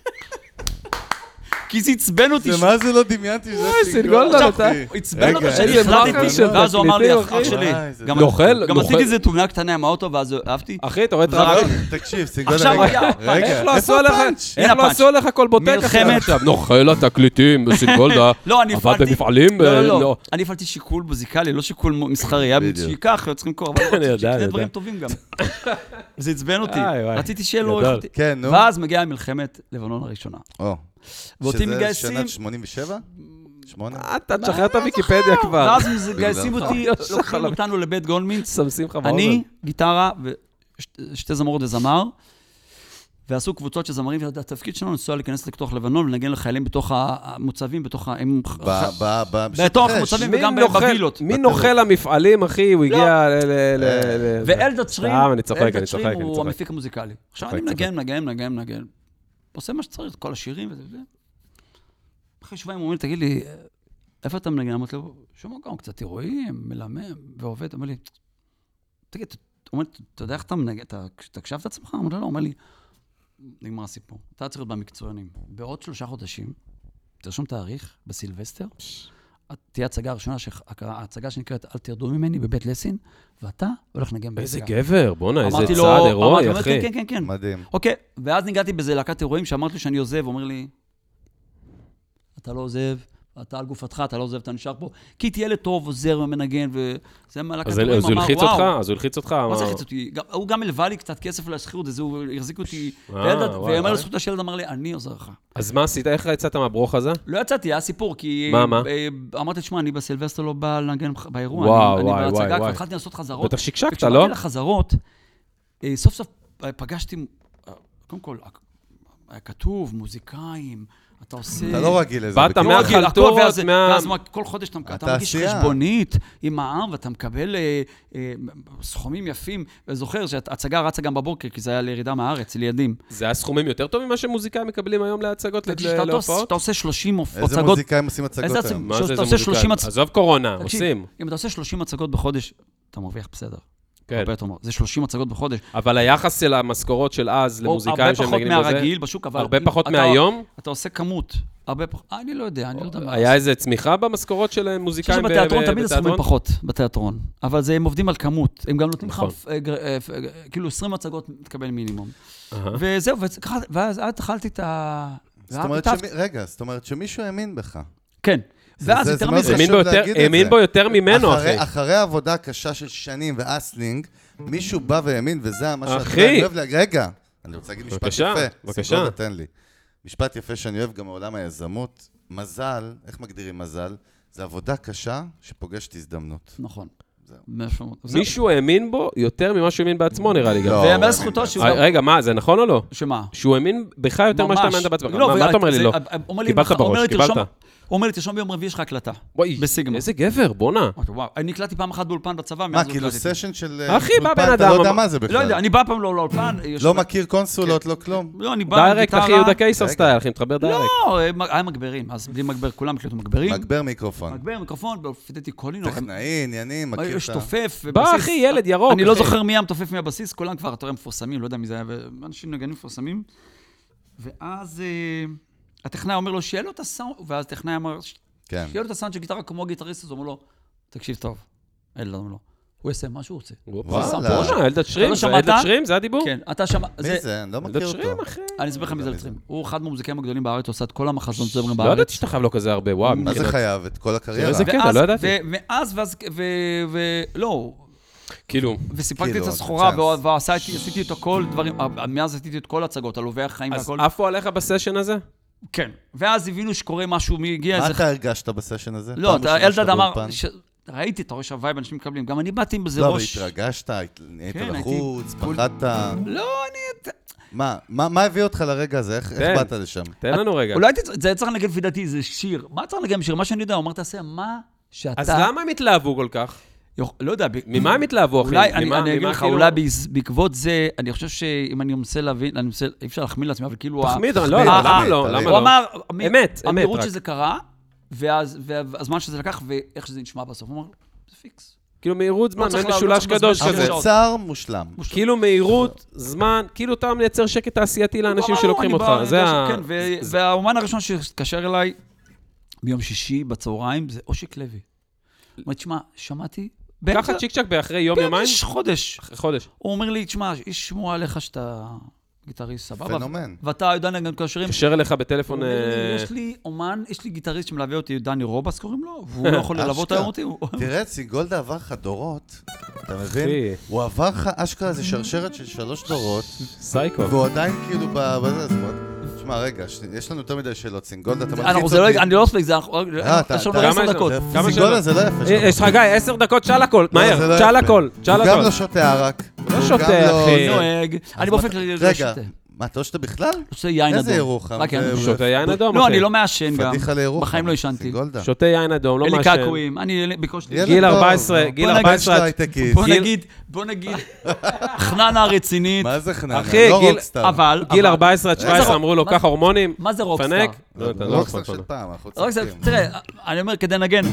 כי זה עצבן אותי. מה זה לא דמיינתי שזה סינגולדה, אתה... עצבן אותי שהחלטתי, ואז הוא אמר לי, אח שלי, גם עשיתי איזה תאונה קטנה עם האוטו, ואז אהבתי. אחי, אתה רואה את רבי? תקשיב, סינגולדה, רגע. איך לא עשו עליך כל בוטק עכשיו? נוכל התקליטים בסינגולדה, עבד במפעלים. לא, אני הפעלתי שיקול מוזיקלי, לא שיקול מסחרי, היה שיקח, צריכים לקרוא, אבל שני דברים טובים גם. זה עצבן אותי, רציתי שיהיה לו איכותי. ואז מגיעה מלחמת לבנון הראשונה. ואותי מגייסים... שזה שנת 87? 8? אתה תשחרר את הוויקיפדיה כבר. ואז מגייסים אותי, לוקחים אותנו לבית גולדמינץ. אני, גיטרה, ושתי זמרות וזמר, ועשו קבוצות של זמרים, והתפקיד שלנו ניסוע להיכנס לתוך לבנון, ולנגן לחיילים בתוך המוצבים, בתוך המוצבים וגם בווילות. מי נוכל המפעלים, אחי? הוא הגיע ואלדד שרים, הוא צוחק. המפיק המוזיקלי. עכשיו אני מנגן. עושה מה שצריך, כל השירים וזה. אחרי שבועיים הוא אומר לי, תגיד לי, איפה אתה מנגן? אמרתי לו, שום מקום, קצת אירועים, מלמם, ועובד. אומר לי, תגיד, אתה יודע איך אתה מנגן? אתה הקשבת את עצמך? אמרתי לו, לא, אומר לי, נגמר הסיפור. אתה צריך להיות במקצוענים. בעוד 3 חודשים, תרשום תאריך בסילבסטר, תהיה הצגה הראשונה, הצגה שנקראת אל תרדו ממני בבית לסין, ואתה הולך לנגן בהצגה. איזה גבר, בוא'נה, איזה צעד אירועי, אחי. כן. מדהים. אוקיי, ואז ניגעתי בזה להקת אירועים, שאמרתי לו שאני עוזב, הוא אומר לי, אתה לא עוזב, אתה על גופתך, אתה לא עוזב, אתה נשאר פה, כי הייתי ילד טוב, עוזר ומנגן, וזה מה להקת אירועים, אז הוא הלחיץ אותך? אז הוא הלחיץ אותך? מה זה הלחיץ אותי? הוא גם הלווה לי קצת כסף להשכירות, אז הוא החזיק אותי, ואמר לזכות השלד, אמר לי, אני עוזר לך. אז מה עשית? איך יצאת מהברוך הזה? לא יצאתי, היה סיפור, כי... מה? אמרתי, תשמע, אני בסילבסטר לא בא לנגן באירוע, אני בהצגה, כבר התחלתי לעשות חזרות. בטח שקשקת, לא? וכשבאתי לחזרות, סוף סוף פגשתי, קודם כל, היה כתוב, מוזיקאים, אתה עושה... אתה לא רגיל לזה. באת מהחלטות, ואז כל חודש אתה מגיש חשבונית עם העם, ואתה מקבל סכומים יפים, וזוכר שההצגה רצה גם בבוקר, כי זה היה לירידה מהארץ, לידים. זה היה סכומים יותר טובים ממה שמוזיקאים מקבלים היום להצגות, להופעות? אתה עושה 30 הצגות. איזה מוזיקאים עושים הצגות היום? מה זה איזה מוזיקאים? עזוב קורונה, עושים. אם אתה עושה 30 הצגות בחודש, אתה מרוויח בסדר. כן. זה 30 הצגות בחודש. אבל היחס של המשכורות של אז למוזיקאים שהם נגנים בזה... הרבה פחות מהרגיל בשוק, אבל... הרבה פחות מהיום? אתה עושה כמות. הרבה פחות... אני לא יודע, אני לא יודע מה... היה איזה צמיחה במשכורות של מוזיקאים בתיאטרון? בתיאטרון תמיד הסכומים פחות, בתיאטרון. אבל הם עובדים על כמות. הם גם נותנים לך, כאילו 20 הצגות תקבל מינימום. וזהו, ואז התחלתי את ה... זאת אומרת שמישהו האמין בך. כן. ואז יותר מזה... האמין בו יותר ממנו, אחי. אחרי עבודה קשה של שנים ואסלינג, מישהו בא והאמין, וזה מה שאתה אוהב להגיד. רגע, אני רוצה להגיד משפט יפה. בבקשה. תן לי. משפט יפה שאני אוהב גם מעולם היזמות. מזל, איך מגדירים מזל? זה עבודה קשה שפוגשת הזדמנות. נכון. מישהו האמין בו יותר ממה שהוא האמין בעצמו, נראה לי גם. ויאמר זכותו שהוא... רגע, מה, זה נכון או לא? שמה? שהוא האמין בך יותר ממה שאתה האמנת בעצמך. מה אתה אומר לי לא? קיבלת בראש, קיבלת. הוא אומר לי, תרשום ביום רביעי, יש לך הקלטה. בסיגמה. איזה גבר, בואנה. אני הקלטתי פעם אחת באולפן בצבא. מה, כאילו סשן של... אחי, בא בן אדם. אתה לא יודע מה זה בכלל. לא יודע, אני בא פעם לאולפן. לא מכיר קונסולות, לא כלום. לא, אני בא עם גיטרה. דיירקט, אחי, יהודה קייסר סטייל, אחי, מתחבר דיירקט. לא, היה מגברים, אז בלי מגבר, כולם הקלטו מגברים. מגבר מיקרופון. מגבר מיקרופון, פיתתי קולינו. טכנאי, עניינים, מכיר את ה... יש תופף. בא, אחי, ילד ירוק. אני לא זוכר מי המתופף מהבסיס, כולם כבר, אתה רואה, מפורסמים, לא יודע מי זה היה, ואנשים נגנים מפורסמים. ואז הטכנאי אומר לו, שיהיה לו את הסאונד, ואז הטכנאי אמר, שיהיה לו את הסאונד של גיטרה כמו גיטריסט, אז הוא אומר לו, תקשיב טוב. אלדד אומר לו, הוא יעשה מה שהוא רוצה. וואלה. אלדד שרים, זה הדיבור? כן, אתה שמע... מי זה? אני לא מכיר אותו. אני אסביר לך מי זה אלדד שרים. הוא אחד מהמוזיקאים הגדולים בארץ, עושה את כל המחזות זמרים בארץ. לא ידעתי שאתה חייב לו כזה הרבה, וואו. מה זה חייב? את כל הקריירה? איזה קטע, לא ידעתי. לא, כאילו... וסיפקתי את הסחורה, ועשיתי את כל דברים, מאז עשיתי את כל הצגות, על עובי החיים והכל. אז עפו עליך בסשן הזה? כן. ואז הבינו שקורה משהו, מי הגיע איזה... מה אתה הרגשת בסשן הזה? לא, אלדד אמר... ראיתי, אתה רואה שהווייב אנשים מקבלים, גם אני באתי עם בזה ראש... לא, והתרגשת, היית לחוץ, פחדת... לא, אני... מה הביא אותך לרגע הזה? איך באת לשם? תן לנו רגע. אולי זה צריך לנגן לפי דעתי, זה שיר. מה צריך לנגן בשיר? מה שאני יודע, הוא אומר, תעשה מה שאתה... אז למה הם התלהבו כל כך? לא יודע. ממה הם התלהבו, אחי? אולי, אני אגיד לך, אולי בעקבות זה, אני חושב שאם אני מנסה להבין, אי אפשר להחמיא לעצמי, אבל כאילו... תחמיד, לא, למה לא? הוא אמר, אמת, המהירות שזה קרה, והזמן שזה לקח, ואיך שזה נשמע בסוף. הוא אמר, זה פיקס. כאילו מהירות זמן, מן משולש קדוש כזה. זה צער מושלם. כאילו מהירות, זמן, כאילו אתה מייצר שקט תעשייתי לאנשים שלוקחים אותך. והאומן הראשון שקשר אליי ביום שישי בצהריים, זה אושיק לוי. אומרת, תשמע, שמעתי... ככה צ'יק צ'ק באחרי יום-יומיים? חודש. אחרי חודש. הוא אומר לי, תשמע, יש שמוע עליך שאתה גיטריסט סבבה. פנומן. ואתה יודע נגן קשרים. קשר אליך בטלפון... יש לי אומן, יש לי גיטריסט שמלווה אותי, דני רובס קוראים לו, והוא לא יכול ללוות היום אותי. תראה, סינגולדה עבר לך דורות, אתה מבין? הוא עבר לך אשכרה איזה שרשרת של 3 דורות. סייקו. והוא עדיין כאילו בזה, זאת אומרת... תשמע, רגע, יש לנו יותר מדי שאלות. סינגולדה, אתה מלחיץ אותי. אני לא אספיק, זה... יש לנו 10 דקות. סינגולדה זה לא יפה. יש לך גיא, 10 דקות, שאל הכל. מהר, שאל הכל. הוא גם לא שותה ערק. לא שותה, אחי. נוהג. אני באופן כללי לא שותה. מה, אתה לא שותה בכלל? שותה יין אדום. איזה ירוחם? שותה יין אדום, לא, אני לא מעשן גם. פדיחה לירוחם. בחיים לא ישנתי. שותה יין אדום, לא מעשן. אין לי קעקועים. אני בקושי... גיל 14, גיל 14. בוא נגיד, חננה רצינית. מה זה חננה? אחי, לא רוקסטאר. אבל... גיל 14 עד 17 אמרו לו, קח הורמונים. מה זה רוקסטאר? פנק? רוקסטאר של פעם, אנחנו צודקים. תראה, אני אומר, כדי לנגן.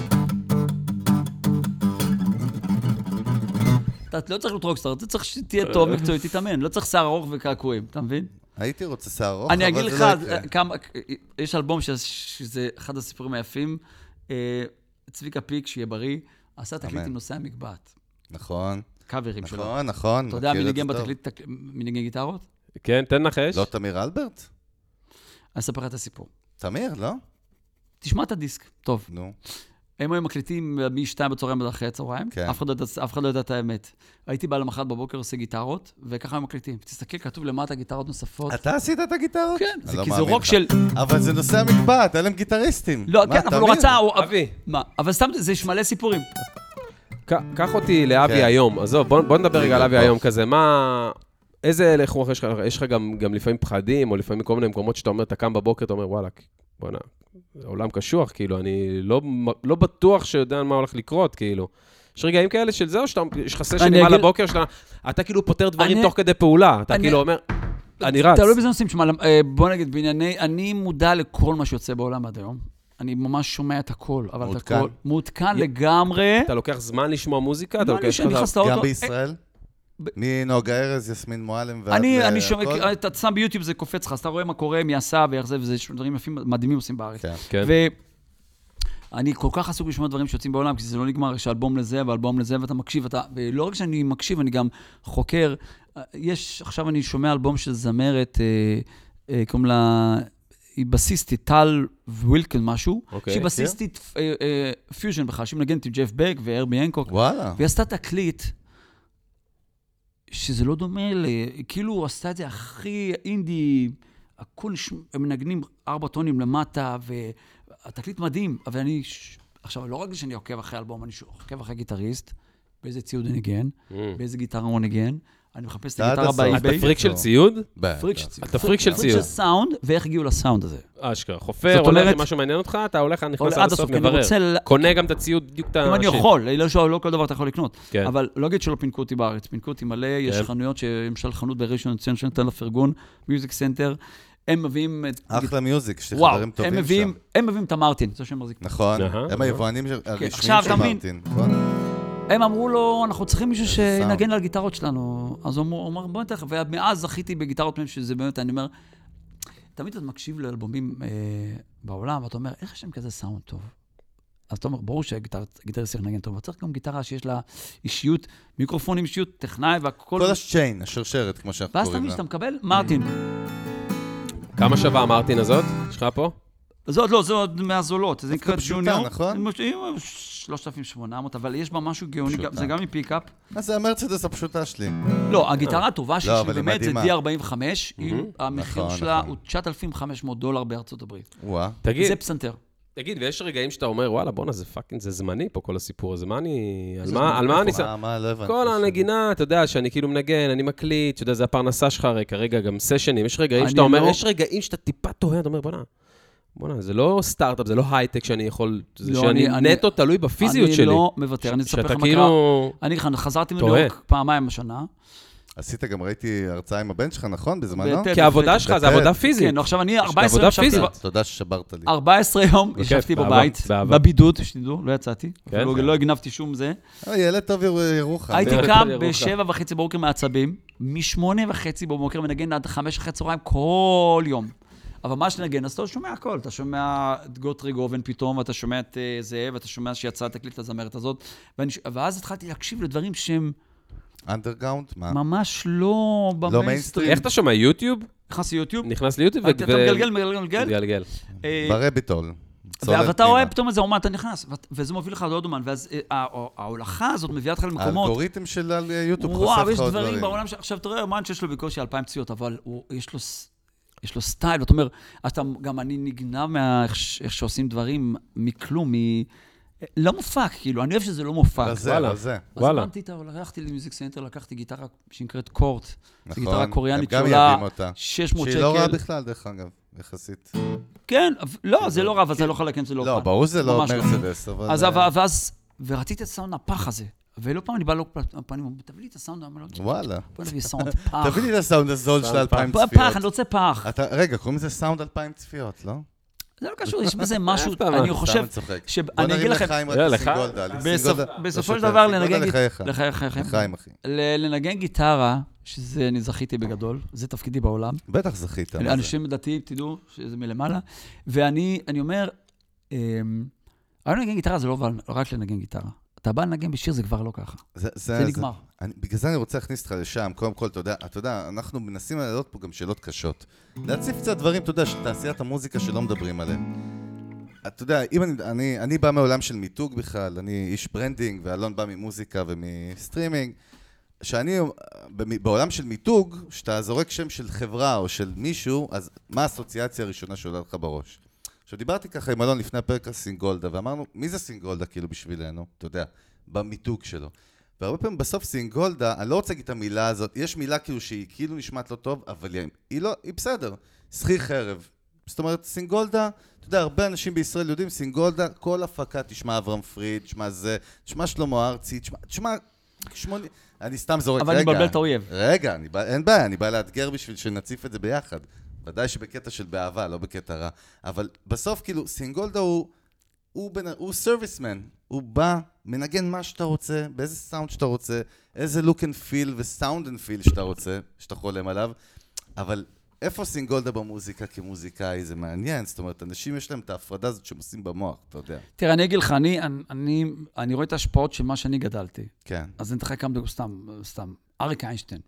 אתה לא צריך להיות רוקסטאר, אתה צריך שתהיה טוב מקצועית, תתאמן. לא צריך שיער ארוך וקעקועים, אתה מבין? הייתי רוצה שיער ארוך, אני אבל אגיד זה לא לך, יש אלבום שזה אחד הסיפורים היפים, צביקה פיק, שיהיה בריא, עשה תקליט עם נושא המקבעת. נכון. קאברים שלו. נכון, נכון. אתה יודע מי ניגן בתקליט, מי ניגן גיטרות? כן, תן נחש. לא תמיר אלברט? אני אספר את הסיפור. תמיר, לא? תשמע את הדיסק, טוב. נו. הם היו מקליטים מ-2 בצהריים עד אחרי הצהריים, אף אחד לא יודע את האמת. הייתי בא למחרת בבוקר, עושה גיטרות, וככה הם מקליטים. תסתכל, כתוב למטה גיטרות נוספות. אתה עשית את הגיטרות? כן, כי זה רוק של... אבל זה נושא המקבעת, אלה הם גיטריסטים. לא, כן, אבל הוא רצה... אבי. מה? אבל סתם, זה יש מלא סיפורים. קח אותי לאבי היום. עזוב, בוא נדבר רגע על אבי היום כזה. מה... איזה הלך רוח יש לך? יש לך גם לפעמים פחדים, או לפעמים כל מיני מקומות שאתה אומר, אתה קם בבוקר, אתה אומר, וואלה, בוא'נה, עולם קשוח, כאילו, אני לא בטוח שיודע מה הולך לקרות, כאילו. יש רגעים כאלה של זה, או שיש לך סשנים על הבוקר, אתה כאילו פותר דברים תוך כדי פעולה, אתה כאילו אומר, אני רץ. תלוי בזה נושאים, בוא נגיד, בענייני, אני מודע לכל מה שיוצא בעולם עד היום. אני ממש שומע את הכל, אבל את הכל מעודכן לגמרי. אתה לוקח זמן לשמוע מוזיקה? גם בישראל? מנוגה ארז, יסמין מועלם ועד אני שומע, אתה שם ביוטיוב, זה קופץ לך, אז אתה רואה מה קורה, מי עשה ואיך זה, וזה דברים יפים, מדהימים עושים בארץ. ואני כל כך עסוק לשמוע דברים שיוצאים בעולם, כי זה לא נגמר, יש אלבום לזה ואלבום לזה, ואתה מקשיב, ולא רק שאני מקשיב, אני גם חוקר. עכשיו אני שומע אלבום של זמרת, קוראים לה, היא בסיסטית, טל ווילקן משהו, שהיא בסיסטית פיוז'ן בכלל, שהיא מנגנת עם ג'ף בק והרבי הנקוק, והיא עשתה תקליט, שזה לא דומה, כאילו הוא עשתה את זה הכי אינדי, הכל הם מנגנים 4 טונים למטה, והתקליט מדהים, אבל אני, עכשיו, לא רק שאני עוקב אחרי אלבום, אני עוקב אחרי גיטריסט, באיזה ציוד הוא ניגן, באיזה גיטרה הוא ניגן, אני מחפש את הגיטרה באיביי. אתה פריק של ציוד? פריק של ציוד. אתה פריק של ציוד. פריק של סאונד, ואיך הגיעו לסאונד הזה. אשכרה, חופר, הולך עם משהו מעניין אותך, אתה הולך, נכנס עד הסוף, מברר. קונה גם את הציוד, בדיוק את אם אני יכול, לא כל דבר אתה יכול לקנות. אבל לא אגיד שלא פינקו אותי בארץ, פינקו אותי מלא, יש חנויות, למשל חנות בראשון לציון שנתן לה פרגון, מיוזיק סנטר, הם מביאים... אחלה מיוזיק, יש לי חברים טובים שם. הם מביאים את המרטין, זה שם מחזיק. נכון, הם היבואנים הרשמיים של מרטין. הם אמרו לו, אנחנו צריכים מישהו שינגן על גיטרות שלנו. אז הוא אמר, בוא נתן לך, ומאז זכיתי בגיטרות מהם, שזה באמת, אני אומר, תמיד אתה מקשיב לאלבומים בעולם, ואתה אומר, איך יש להם כזה סאונד טוב? אז אתה אומר, ברור שהגיטריסט צריך לנגן טוב, אבל צריך גם גיטרה שיש לה אישיות, מיקרופון עם אישיות, טכנאי והכל... כל השצ'יין, השרשרת, כמו שאנחנו קוראים לה. ואז תמיד שאתה מקבל, מרטין. כמה שווה המרטין הזאת? יש לך פה? זה עוד מהזולות, זה נקרא ג'וניור. נכון? 3,800, אבל יש בה משהו גאוני, זה גם מפיקאפ. אז זה המרצדס הפשוטה שלי. לא, הגיטרה הטובה שלי, שבאמת זה D45, המחיר שלה הוא $9,500 בארצות הברית. זה פסנתר. תגיד, ויש רגעים שאתה אומר, וואלה, בוא'נה, זה פאקינג, זה זמני פה כל הסיפור הזה, על מה אני... כל הנגינה, אתה יודע, שאני כאילו מנגן, אני מקליט, אתה יודע, זה הפרנסה שלך, כרגע גם סשנים, יש רגעים שאתה אומר, יש רגעים שאתה טיפה תוהה, אתה אומר, בוא'נה, זה לא סטארט-אפ, זה לא הייטק שאני יכול, זה שאני נטו תלוי בפיזיות שלי. אני לא מוותר, אני אספר לך מה קרה. אני חזרתי מניו יורק פעמיים השנה. עשית גם, ראיתי הרצאה עם הבן שלך, נכון? בזמנו? כי העבודה שלך זה עבודה פיזית. כן, עכשיו אני 14 יום ישבתי... תודה ששברת לי. 14 יום ישבתי בבית, בבידוד, שתדעו, לא יצאתי. לא הגנבתי שום זה. ילד טוב ירוחם. הייתי קם ב-7:30 בבוקר מעצבים, מ-8:30 בבוקר מנגן עד 5:00 צהריים כל יום. אבל מה שנגן, אז אתה שומע הכל. אתה שומע את גוטרי גובן פתאום, ואתה שומע את זה, ואתה שומע שיצא תקליט הזמרת הזאת. ואז התחלתי להקשיב לדברים שהם... אנדרגאונד? מה? ממש לא במיינסטרים. איך אתה שומע? יוטיוב? נכנס ליוטיוב. נכנס ליוטיוב אתה מגלגל. ברביטול. ואתה רואה פתאום איזה אומן, אתה נכנס, וזה מוביל לך לעוד אומן, ואז ההולכה הזאת מביאה אותך למקומות. האלגוריתם של יוטיוב חושף לך וואו, עוד יש דברים בעולם עכשיו אתה רואה אומן שיש לו בקושי 2,000 צפיות, אבל יש לו סטייל, ואתה אומר, גם אני נגנב מאיך שעושים דברים מכלום, לא מופק, כאילו, אני אוהב שזה לא מופק. לזה. אז אמרתי, הלכתי למיוזיק סנטר, לקחתי גיטרה שנקראת קורט, זו גיטרה קוריאנית שעולה 600 שקל. שהיא לא רעה בכלל, דרך אגב, יחסית. כן, לא, זה לא רע, אבל זה לא חלקים, זה לא רע. לא, ברור זה לא מרצדס, אבל... ורציתי את הסאונד הפח הזה. ולא פעם אני בא לפנים, תביא לי את הסאונד, וואלה. בוא נביא סאונד פח. תביא לי את הסאונד הזול של 2,000 צפיות. פח, אני רוצה פח. רגע, קוראים לזה סאונד 2,000 צפיות, לא? זה לא קשור, יש בזה משהו, אני חושב, שאני אגיד לכם, בסופו של דבר לנגן גיטרה, שזה אני זכיתי בגדול, זה תפקידי בעולם. בטח זכית. אנשים דתיים, תדעו שזה מלמעלה, ואני אומר, לנגן גיטרה זה לא רק לנגן גיטרה. אתה בא לנגן בשיר, זה כבר לא ככה. זה נגמר. בגלל זה אני רוצה להכניס אותך לשם, קודם כל, אתה יודע, אנחנו מנסים לעלות פה גם שאלות קשות. להציף קצת דברים, אתה יודע, תעשיית המוזיקה שלא מדברים עליהם. אתה יודע, אני בא מעולם של מיתוג בכלל, אני איש ברנדינג, ואלון בא ממוזיקה ומסטרימינג, שאני, בעולם של מיתוג, שאתה זורק שם של חברה או של מישהו, אז מה האסוציאציה הראשונה שעולה לך בראש? עכשיו, דיברתי ככה עם אלון לפני הפרק על סינגולדה, ואמרנו, מי זה סינגולדה כאילו בשבילנו? אתה יודע, במיתוג שלו. והרבה פעמים בסוף סינגולדה, אני לא רוצה להגיד את המילה הזאת, יש מילה כאילו שהיא כאילו נשמעת לא טוב, אבל היא בסדר. שכיר חרב. זאת אומרת, סינגולדה, אתה יודע, הרבה אנשים בישראל יודעים, סינגולדה, כל הפקה, תשמע אברהם פריד, תשמע זה, תשמע שלמה ארצי, תשמע, אני סתם זורק, אבל אני מבלבל את האויב. רגע, אין בעיה, אני בא לאתגר בשביל שנציף את זה ביחד. ודאי שבקטע של באהבה, לא בקטע רע. אבל בסוף, כאילו, סינגולדה הוא סרוויסמן. הוא בא, מנגן מה שאתה רוצה, באיזה סאונד שאתה רוצה, איזה לוק אנד פיל וסאונד אנד פיל שאתה רוצה, שאתה חולם עליו. אבל איפה סינגולדה במוזיקה כמוזיקאי? זה מעניין. זאת אומרת, אנשים יש להם את ההפרדה הזאת שהם עושים במוח, אתה יודע. תראה, אני אגיד לך, אני רואה את ההשפעות של מה שאני גדלתי. כן. אז אני אתן לך כמה דוגמאות, סתם. אריק איינשטיין.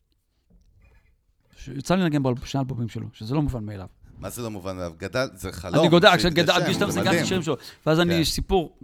יצא לי לנגן בשני אלבומים שלו, שזה לא מובן מאליו. מה זה לא מובן מאליו? גדל, זה חלום. אני גודל, כשגדלתי, זה גם שירים שלו. ואז אני, סיפור,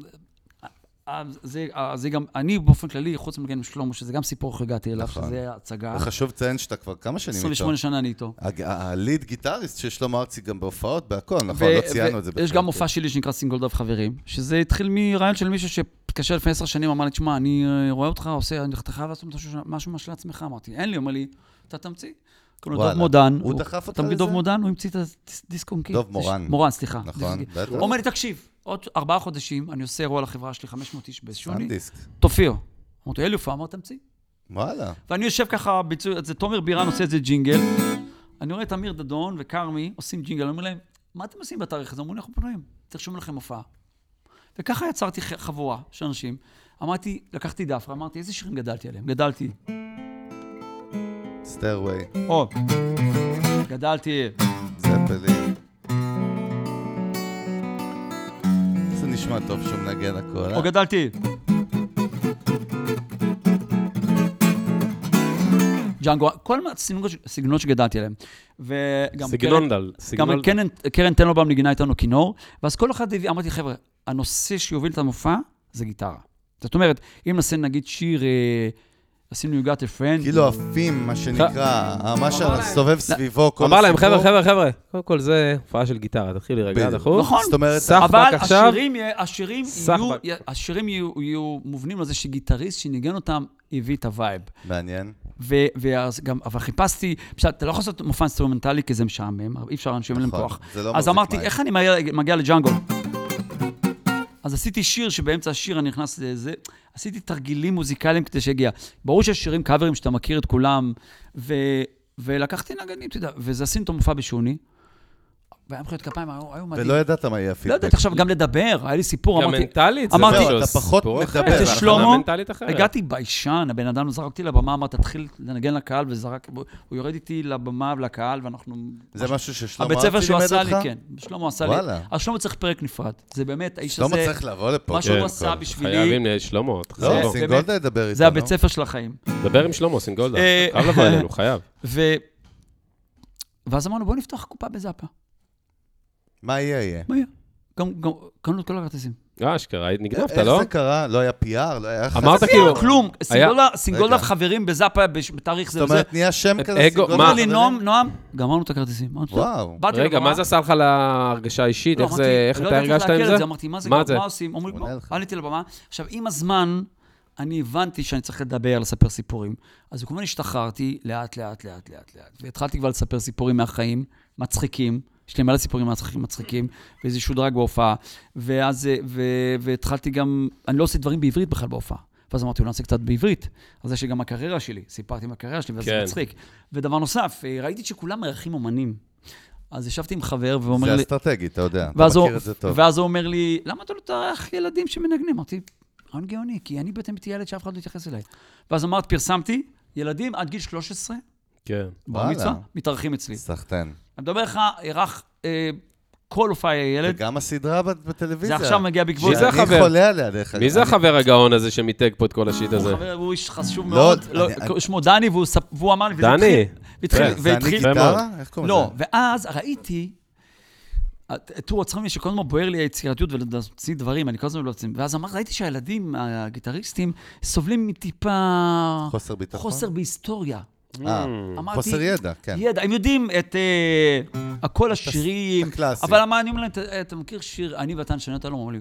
זה גם, אני באופן כללי, חוץ מנגן עם שלמה, שזה גם סיפור איך הגעתי אליו, שזה הצגה. וחשוב לציין שאתה כבר כמה שנים איתו. 28 שנה אני איתו. הליד גיטריסט של שלמה ארצי גם בהופעות, בהכל, נכון, לא ציינו את זה. יש גם מופע שלי שנקרא סינגולדה וחברים, שזה התחיל מרעיון של מישהו התקשר לפני 10 שנים, אמר לי, תשמע, אני רואה אותך, אתה חייב לעשות משהו משל עצמך, אמרתי, אין לי, אומר לי, אתה תמציא. דוב מודן. הוא דחף אותך לזה? אתה מבין דוב מודן, הוא המציא את הדיסק און קי. דוב מורן. מורן, סליחה. נכון, בטח. הוא אומר לי, תקשיב, עוד 4 חודשים, אני עושה אירוע לחברה שלי, 500 איש בשוני. סנדיסק. תופיע. אמרתי, אלי הופעה, אמר, תמציא. וואלה. ואני יושב ככה, זה תומר בירן עושה את זה ג'ינגל. אני רואה את אמיר דדון וקרמי עושים ג'ינגל. אני אומר להם, מה אתם עושים בתאריך הזה? אמרו לי, אנחנו פנויים. תרשום לכם הופעה. וככה יצרתי חבורה של אנשים. אמרתי, לקחתי דף, אמרתי, איזה שירים גדלתי עליהם? גדלתי. סטיירווי. או, גדלתי. זפלין. זה נשמע טוב שהוא מנגן הכל, או גדלתי. ג'אנגו, כל הסגנונות שגדלתי עליהם. גם קרן טנלבאום נגינה איתנו כינור, ואז כל אחד אמרתי, חבר'ה, הנושא שיוביל את המופע זה גיטרה. זאת אומרת, אם נעשה נגיד שיר, עשינו You Got a Friend. כאילו עפים, מה שנקרא, מה שסובב סביבו. אמר להם, חבר'ה, קודם כל זה הופעה של גיטרה, תתחיל להירגע דחוף. נכון, אבל השירים יהיו מובנים לזה שגיטריסט שניגן אותם הביא את הווייב. מעניין. אבל חיפשתי, אתה לא יכול לעשות מופע אינסטרומנטלי כי זה משעמם, אי אפשר אנשים אין להם כוח. אז אמרתי, איך אני מגיע לג'אנגו? אז עשיתי שיר שבאמצע השיר אני נכנס לזה, עשיתי תרגילים מוזיקליים כדי שהגיע. ברור שיש שירים קאברים שאתה מכיר את כולם, ולקחתי נגנים, אתה יודע, וזה עשינו את המופע בשוני, והיה מחיאות כפיים, היו מדהים. ולא ידעת מה יהיה הפידבק. לא ידעתי עכשיו גם לדבר, היה לי סיפור, גם מנטלית, אתה פחות מדבר. שלמה, הגעתי ביישן, הבן אדם זרקתי לבמה, אמר, תתחיל לנגן לקהל, הוא יורד איתי לבמה ולקהל, ואנחנו... זה משהו ששלמה הבית ספר שהוא לימד עשה אותך? לי, כן, שלמה עשה לי. אז שלמה צריך פרק נפרד. זה באמת, האיש הזה... שלמה צריך לבוא לפה. מה שהוא עשה בשבילי... חייבים שלמה. לא, סינגולדה ידבר איתנו. זה הבית ספר של החיים. דבר עם שלמה, סינגולדה. חייב לבוא אלינו, חייב. ואז אמרנו, בוא נפתח קופה בזאפה. מה יהיה? מה יהיה? גם קנו את כל הכרטיסים. אשכרה, נגנבת, לא? איך זה קרה? לא היה PR? לא היה... אמרת כאילו... כלום. סינגולדה חברים בזאפה בתאריך זה זאת וזה. אומרת, נהיה שם כזה. אמר לי, נועם, גמרנו את הכרטיסים. וואו. רגע, מה זה עשה לך להרגשה האישית? איך אתה הרגשת עם זה? אמרתי, מה זה? מה עושים? אומרים, בוא, עליתי לבמה. עכשיו, עם הזמן, אני הבנתי שאני צריך לדבר, לספר סיפורים. אז כמובן השתחררתי לאט. והתחלתי כבר לספר סיפורים מהחיים, מצחיקים. יש לי מלא סיפורים מצחיקים, ואיזה שודרג בהופעה. והתחלתי גם, אני לא עושה דברים בעברית בכלל בהופעה. ואז אמרתי, אולי נעשה קצת בעברית. אז זה שגם הקריירה שלי, סיפרתי עם הקריירה שלי, וזה מצחיק. ודבר נוסף, ראיתי שכולם מארחים אומנים. אז ישבתי עם חבר ואומר לי... זה אסטרטגי, אתה יודע, אתה מכיר את זה טוב. ואז הוא אומר לי, למה אתה לא תארח ילדים שמנגנים? אמרתי, רעיון גאוני, כי אני בעצם הייתי ילד שאף אחד לא יתייחס אליי. ואז אמרת, פרסמתי, ילדים עד גיל 13, כן. במצווה, מתארחים אצלי. סחטן. אני מדבר לך, ערך כל הופעה ילד. וגם הסדרה בטלוויזיה. זה עכשיו מגיע בעקבות. שאני חולה עליה דרך אגב. מי זה החבר הגאון הזה שמיתג פה את כל השיט הזה? הוא איש חשוב מאוד. שמו דני, והוא אמר לי, דני? זה אני גיטרה? איך קוראים לזה? לא, ואז ראיתי, תראו, צריכים לי שכל הזמן בוער לי היצירתיות ולהוציא דברים, אני כל הזמן לא יוצאים. ואז ראיתי שהילדים, הגיטריסטים, סובלים מטיפה... חוסר ביטחון? חוסר בהיסטוריה. חוסר ידע, כן. ידע, הם יודעים את הכל השירים, אבל מה אני אומר להם, אתה מכיר שיר, אני ואתה נשנה אותה, לא אומר לי.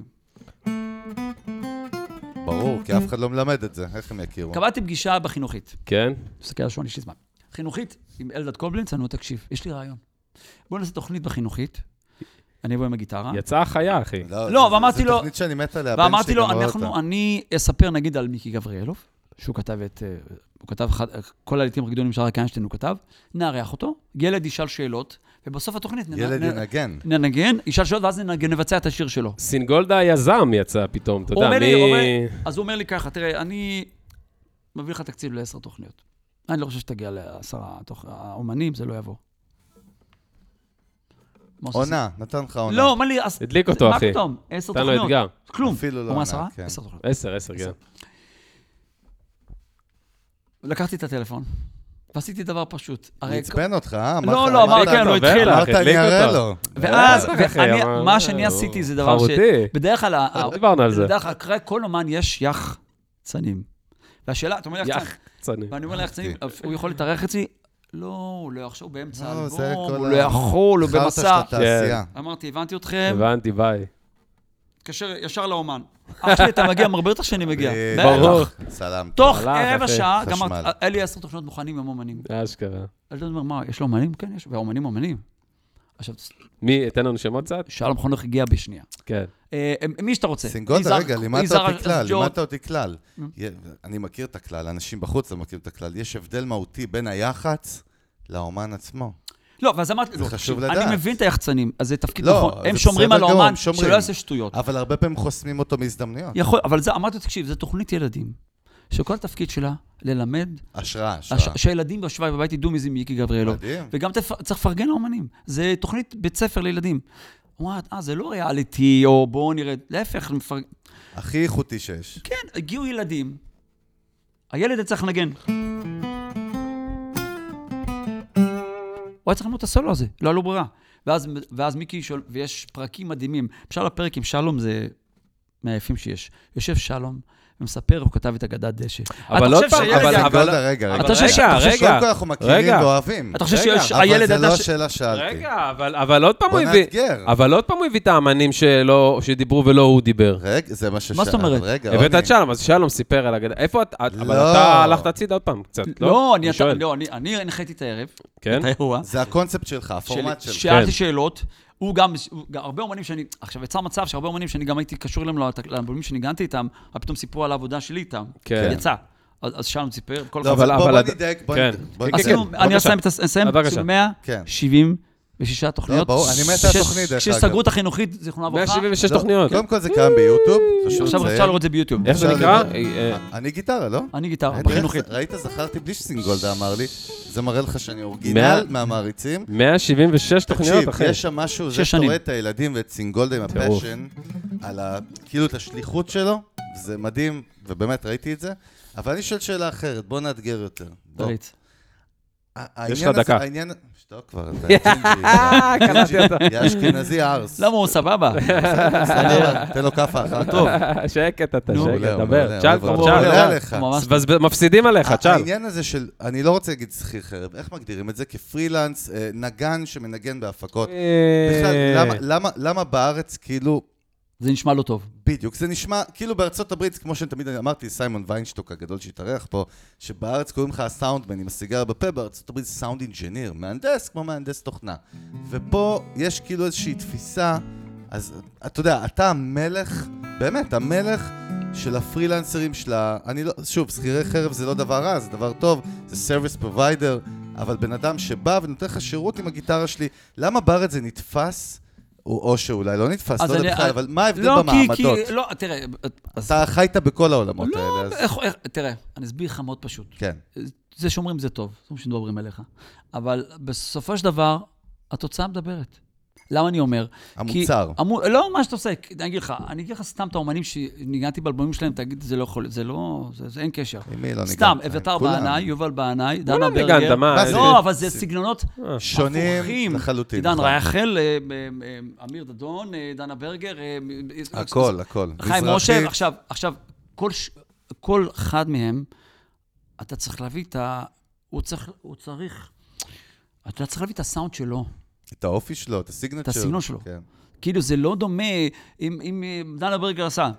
ברור, כי אף אחד לא מלמד את זה, איך הם יכירו? קבעתי פגישה בחינוכית. כן? תסתכל על שעון, יש לי זמן. חינוכית, עם אלדד קובלינץ, אני תקשיב, יש לי רעיון. בואו נעשה תוכנית בחינוכית, אני אבוא עם הגיטרה. יצאה חיה, אחי. לא, ואמרתי לו... זו תוכנית שאני מת עליה, ואמרתי לו, אני אספר נגיד על מיקי גבריאלוב, שהוא כתב את... הוא כתב כל הלעיתים הגדולים של אריק איינשטיין, הוא כתב, נארח אותו, ילד ישאל שאלות, ובסוף התוכנית ילד ינגן. ננגן, ישאל שאלות, ואז נבצע את השיר שלו. סינגולדה היזם יצא פתאום, אתה יודע, אז הוא אומר לי ככה, תראה, אני מביא לך תקציב ל10 תוכניות. אני לא חושב שתגיע ל10 האומנים, זה לא יבוא. עונה, נתן לך עונה. לא, מה לי, הדליק אותו, אחי. מה פתאום? 10 תן לו אתגר. כלום. אפילו לא עונה, כן. 10 תוכניות. 10, כן. לקחתי את הטלפון, ועשיתי דבר פשוט. הוא עצבן אותך, לא, אמרתי, כן, לא התחיל. אמרת, אני אראה לו. ואז, מה שאני עשיתי זה דבר בדרך כלל, דיברנו על זה. בדרך כלל, אחרי כל אומן יש יחצנים. והשאלה, אתה אומר יחצנים. ואני אומר ליחצנים, הוא יכול להתארח אצלי? לא, הוא לא יחשוב באמצע האלבום, הוא לא יכול, הוא במסע. אמרתי, הבנתי אתכם. הבנתי, ביי. תתקשר ישר לאומן. אח שלי, אתה מגיע, הרבה יותר שאני מגיע. ברור. סלאם. תוך הלך, רבע אחי. שעה, חשמל. גמרת, אין לי 10 תוכניות מוכנים עם אומנים. אשכרה. אלדד אומר, מה, יש לו אומנים? כן, יש, והאומנים אומנים. עכשיו, מי, תן לנו שמות קצת? שלום חנוך הגיע בשנייה. כן. מי שאתה רוצה. סינגולדה, רגע, לימדת אותי כלל. אני מכיר את הכלל, אנשים בחוץ לא מכירים את הכלל. יש הבדל מהותי בין היח"צ לאומן עצמו. לא, ואז אמרתי, זה חשוב לדעת. אני מבין את היחצנים, אז זה תפקיד לא, נכון. זה הם שומרים בסדר על האומן גמור, שומרים. שלא יעשה שטויות. אבל הרבה פעמים חוסמים אותו מהזדמנויות. יכול, אבל זה, אמרתי, תקשיב, זה תוכנית ילדים, שכל התפקיד שלה ללמד, השראה. שהילדים בשוויץ בבית ידעו מי זה מיקי גבריאלוב, מדהים. וגם צריך לפרגן לאומנים. זה תוכנית בית ספר לילדים. אומרת, זה לא ריאליטי, או בואו נראה, להפך, הכי איכותי שיש. כן, הגיעו ילדים, הילד צריך לנגן. הוא היה צריך ללמוד את הסולו הזה, לא עלו ברירה. ואז מיקי שואל, ויש פרקים מדהימים. אפשר לפרק עם שלום, זה מהיפים שיש. יושב שלום, ומספר, הוא כתב את אגדת דשא. אבל עוד פעם, רגע. אתה חושב קודם כל אנחנו מכירים ואוהבים. אתה חושב שיש אבל הילד... זה לא השאלה שאלתי. רגע, אבל עוד פעם הוא בוא הביא... נאתגר. אבל עוד פעם הוא הביא את האמנים שדיברו ולא הוא דיבר. רגע, זה מה ששאל. מה זאת אומרת? הבאת את שלום, אז שלום סיפר על אגדה. איפה אתה... אבל לא. אתה הלכת הצידה עוד פעם, קצת, לא? לא, אני הנחיתי את הערב, כן? את האירוע. זה הקונספט שלך, הפורמט שלך. שאלתי שאלות, הוא גם, הרבה אומנים שאני, עכשיו יצא מצב שהרבה אומנים שאני גם הייתי קשור אליהם לאלבומים שניגנתי איתם, פתאום סיפרו על העבודה שלי איתם. כן. יצא. אז שלום סיפר, כל לא, אחד. אבל בוא נדייק, אני אסיים את 176 תוכניות. לא, ברור, אני מת על התוכנית, דרך אגב. כשסגרו את החינוכית, זיכרונה ברכה. 176 תוכניות. קודם כל זה קיים ביוטיוב. עכשיו אפשר לראות את זה ביוטיוב. איך זה נקרא? אני גיטרה, לא? אני גיטרה, בחינוכית. ראית, זכרתי בלי שסינגולדה אמר לי, זה מראה לך שאני אורגינל מהמעריצים. 176 תוכניות, אחי. תקשיב, יש שם משהו, זה שאתה רואה את הילדים ואת סינגולדה עם הפשן, על כאילו את השליחות שלו, זה מדהים, ובאמת ראיתי את זה, אבל אני שואל שאלה אחרת, בוא נאתגר יותר. תריץ. יש לך דקה. שתוק כבר, אתה ג'ינג'י. קלטתי אותה. יא אשכנזי ארס. למה הוא סבבה? תן לו כפה אחת. טוב. שקט אתה, שקט, דבר. צ'אל, מפסידים עליך, צ'אל. העניין הזה של, אני לא רוצה להגיד שכיר חרב, איך מגדירים את זה? כפרילנס, נגן שמנגן בהפקות. בכלל, למה בארץ כאילו... זה נשמע לא טוב. בדיוק, זה נשמע, כאילו בארצות הברית, כמו שתמיד אמרתי, סיימון ויינשטוק הגדול שהתארח פה, שבארץ קוראים לך הסאונדמן עם הסיגר בפה, בארצות הברית סאונד אינג'יניר, מהנדס כמו מהנדס תוכנה. ופה יש כאילו איזושהי תפיסה, אז אתה יודע, אתה המלך, באמת, המלך של הפרילנסרים שלה, אני לא, שוב, שכירי חרב זה לא דבר רע, זה דבר טוב, זה סרוויס פרוביידר, אבל בן אדם שבא ונותן לך שירות עם הגיטרה שלי, למה בארץ זה נתפס? או שאולי לא נתפס, לא יודע בכלל, אבל מה ההבדל במעמדות? לא, תראה... אתה חיית בכל העולמות האלה. לא, תראה, אני אסביר לך מאוד פשוט. כן. זה שאומרים זה טוב, זה שמדברים אליך. אבל בסופו של דבר, התוצאה מדברת. למה אני אומר? המוצר. לא מה שאתה עושה, אני אגיד לך סתם את האומנים שניגנתי באלבומים שלהם, תגיד, זה לא יכול, זה לא, זה אין קשר. עם מי לא ניגנת? סתם, אביתר בעיניי, יובל בעיניי, דנה ניגנת, ברגר. מה? לא, אבל זה סגנונות שונים לחלוטין. עידן רייכל, אמיר דדון, דנה ברגר. הכל. חיים משה, עכשיו, כל אחד מהם, אתה צריך להביא את ה... אתה צריך להביא את הסאונד שלו. את האופי שלו, את הסיגנט שלו. את הסגנון שלו. כאילו זה לא דומה אם דנה ברגר עשה.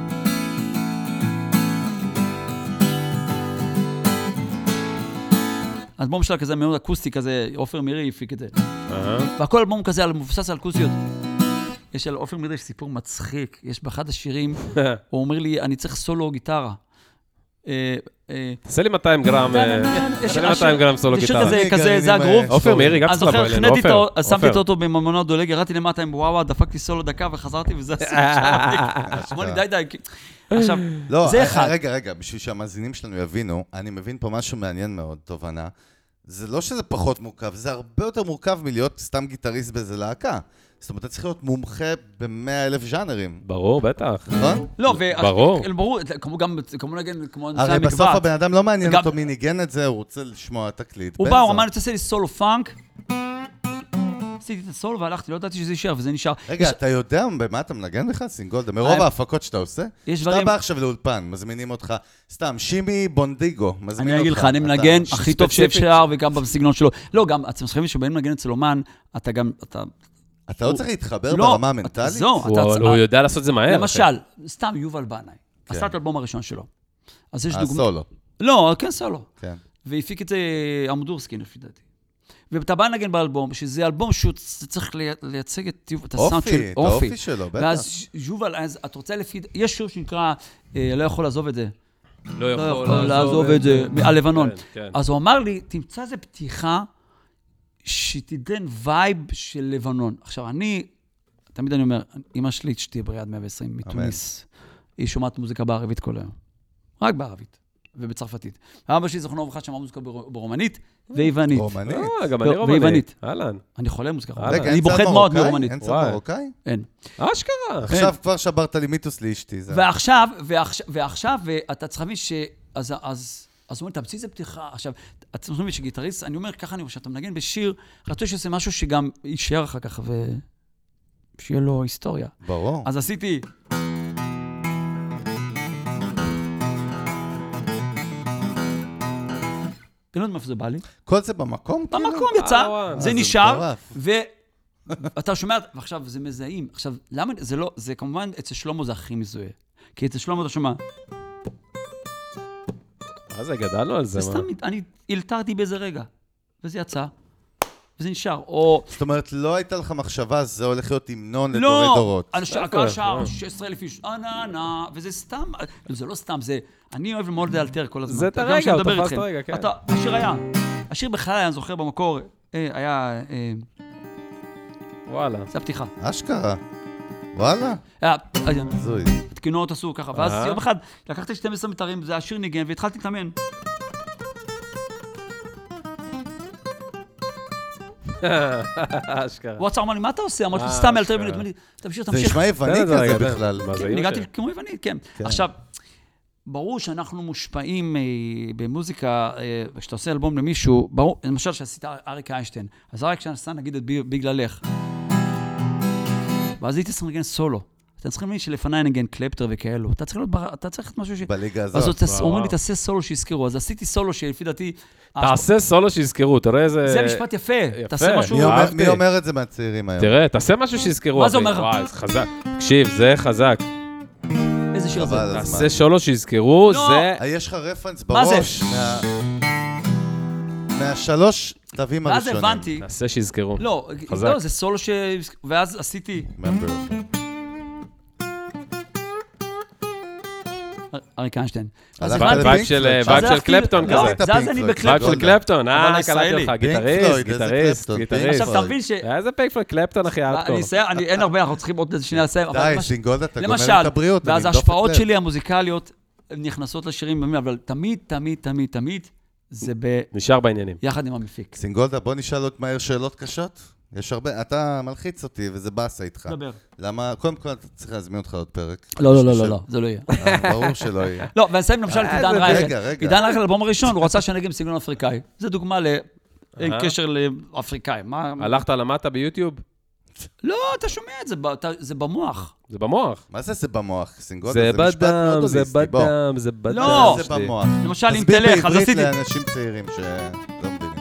האלבום שלה כזה מאוד אקוסטי כזה, עופר מירי הפיק את זה. והכל אלבום כזה מבוסס על אקוסטיות. יש על עופר מירי סיפור מצחיק, יש באחד השירים, הוא אומר לי, אני צריך סולו גיטרה. תעשה לי 200 גרם, סולו גיטרה. כזה, זה הגרוב. עופר מירי, גם צריך לבוא אלינו, עופר. שמתי את האוטו בממונות דולג, ירדתי למטה עם וואווה, דפקתי סולו דקה וחזרתי וזה עשיתי. אמרו לי, די. עכשיו, זה אחד. רגע, בשביל שהמאזינים שלנו יבינו, אני מבין פה משהו מעניין מאוד, תובנה. זה לא שזה פחות מורכב, זה הרבה יותר מורכב מלהיות סתם גיטריסט באיזה להקה. זאת אומרת, אתה צריך להיות מומחה ב100,000 ז'אנרים. ברור, בטח. נכון? לא, ברור. כמו נגן, כמו... הרי בסוף הבן אדם לא מעניין אותו מי ניגן את זה, הוא רוצה לשמוע תקליט. הוא בא, הוא אמר, אני תעשה לי סולו פאנק. עשיתי את הסולו והלכתי, לא ידעתי שזה יישאר, וזה נשאר. רגע, אתה יודע במה אתה מנגן לך, סינגולדה? מרוב ההפקות שאתה עושה? שאתה בא עכשיו לאולפן, מזמינים אותך, סתם, שימי בונדיגו, מזמין אותך. אני אגיד לך, אני מנגן הכי טוב שאפשר, וגם בסגנון שלו. לא, גם, אתם צריכים שבאים לנגן אצל אומן, אתה גם, אתה לא צריך להתחבר ברמה המנטלית? הוא יודע לעשות את זה מהר. למשל, סתם יובל בנאי, עשה את האלבום הראשון שלו. אז יש דוגמא... סולו. לא, כן סולו. כן. והפיק את זה אמדורסקי, לפי דעתי. ואתה בא לנגן באלבום, שזה אלבום שהוא צריך לייצג את הסאונד של אופי. את האופי שלו, בטח. ואז יובל, אז את רוצה לפי... יש שיר שנקרא, לא יכול לעזוב את זה. לא יכול לעזוב את זה, הלבנון. כן. אז הוא אמר לי, תמצא איזה פתיחה שתיתן וייב של לבנון. עכשיו, תמיד אני אומר, אמא שלי, שתהיה בריאה עד 120, מתוניס. היא שומעת מוזיקה בערבית כל היום. רק בערבית. ובצרפתית. אבא שלי זכרונו לברכה שמע מוזיקה ברומנית ויוונית. רומנית? גם אני רומנית. אהלן. אני חולה מוזיקה רומנית. רגע, אני בוחד מאוד מרומנית. אין צד מרוקאי? אין. אשכרה. עכשיו כבר שברת לי מיתוס לאשתי. ועכשיו, ואתה צריך להבין אז אומרים, תמציא איזה פתיחה. עכשיו, אתה צריך להבין שגיטריסט, אני אומר, ככה אני חושב, אתה מנגן בשיר, רצוי שזה משהו שגם יישאר אחר כך, ושיהיה לו היסטוריה. ברור. אז עשיתי... אני לא יודע מאיפה זה בא לי. כל זה במקום? במקום יצא, זה נשאר, ואתה שומע, ועכשיו זה מזהים. עכשיו, למה זה לא, זה כמובן, אצל שלמה זה הכי מזוהה. כי אצל שלמה אתה שומע. זה גדלנו על זה. זה סתם, אני הלתרתי באיזה רגע, וזה יצא, וזה נשאר. זאת אומרת, לא הייתה לך מחשבה, זה הולך להיות המנון לדורי דורות. לא, הקהל שער, 16,000 איש, וזה סתם, זה לא סתם, זה, אני אוהב מאוד לאלתר כל הזמן. זה את הרגע, הוא תפס את הרגע, כן. השיר היה, השיר בכלל היה, אני זוכר במקור, היה... וואלה. זה הפתיחה. אשכרה. וואלה. זוי. התקינות עשו ככה, ואז יום אחד לקחתי 12 מיתרים, זה השיר ניגן, והתחלתי להתאמן. אשכרה. הוא עצר, אמר לי, מה אתה עושה? אמרתי, סתם אלתר מינית, תמשיך. זה נשמע יווני כזה בכלל. ניגעתי כמו יוונית, כן. עכשיו, ברור שאנחנו מושפעים במוזיקה, כשאתה עושה אלבום למישהו, ברור, למשל שעשית אריק איינשטיין, אז אריק שעשה נגיד את בגללך, ואז הייתי צריך לנגן סולו. אתה צריך להבין שלפני נגן קלפטר וכאלו. אתה צריך את משהו ש... בליגה הזאת. אז הוא אומר לי, תעשה סולו שיזכרו. אז עשיתי סולו שלפי דעתי... תעשה סולו שיזכרו, תראה איזה... זה משפט יפה. תעשה משהו... מי אומר את זה מהצעירים היום? תראה, תעשה משהו שיזכרו. מה זה אומר? וואי, זה חזק. תקשיב, זה חזק. איזה שיר זה? תעשה סולו שיזכרו, זה... יש לך רפרנס בראש מהשלוש תווים הראשונים. ואז הבנתי... תעשה שיזכרו. לא, זה סולו ש... ואז עשיתי... אריק איינשטיין. וייב של קלפטון כזה. אז אני בקלפטון. וייב של קלפטון, קלטתי אותך, גיטריסט. עכשיו תבין ש... איזה פייק של קלפטון, אחי, ארטקור. אין הרבה, אנחנו צריכים עוד שנייה לסיים. די, סינגולדה, אתה גומר את הבריאות. למשל, ואז ההשפעות שלי המוזיקליות נכנסות לשירים, אבל תמיד, זה נשאר בעניינים. יחד עם המפיק. סינגולדה, בוא נשאל עוד מהר שאלות קשות. יש הרבה, אתה מלחיץ אותי וזה באסה איתך. דבר. למה, קודם כל אתה צריך להזמין אותך עוד פרק. לא, זה לא יהיה. ברור שלא יהיה. לא, ונסיים למשל את עידן רייכל. רגע. עידן רייכל, אלבום הראשון, הוא רצה שנגן בסגנון אפריקאי. זה דוגמה לקשר לאפריקאי. הלכת למטה ביוטיוב? לא, אתה שומע את זה, זה במוח. זה במוח. מה זה במוח? סינגולדה, זה בדם, זה בדם, זה בדם. לא, זה במוח. למשל, אם תלך, אז עשיתי... תסביר בעברית לאנשים צעירים שלא מבינים.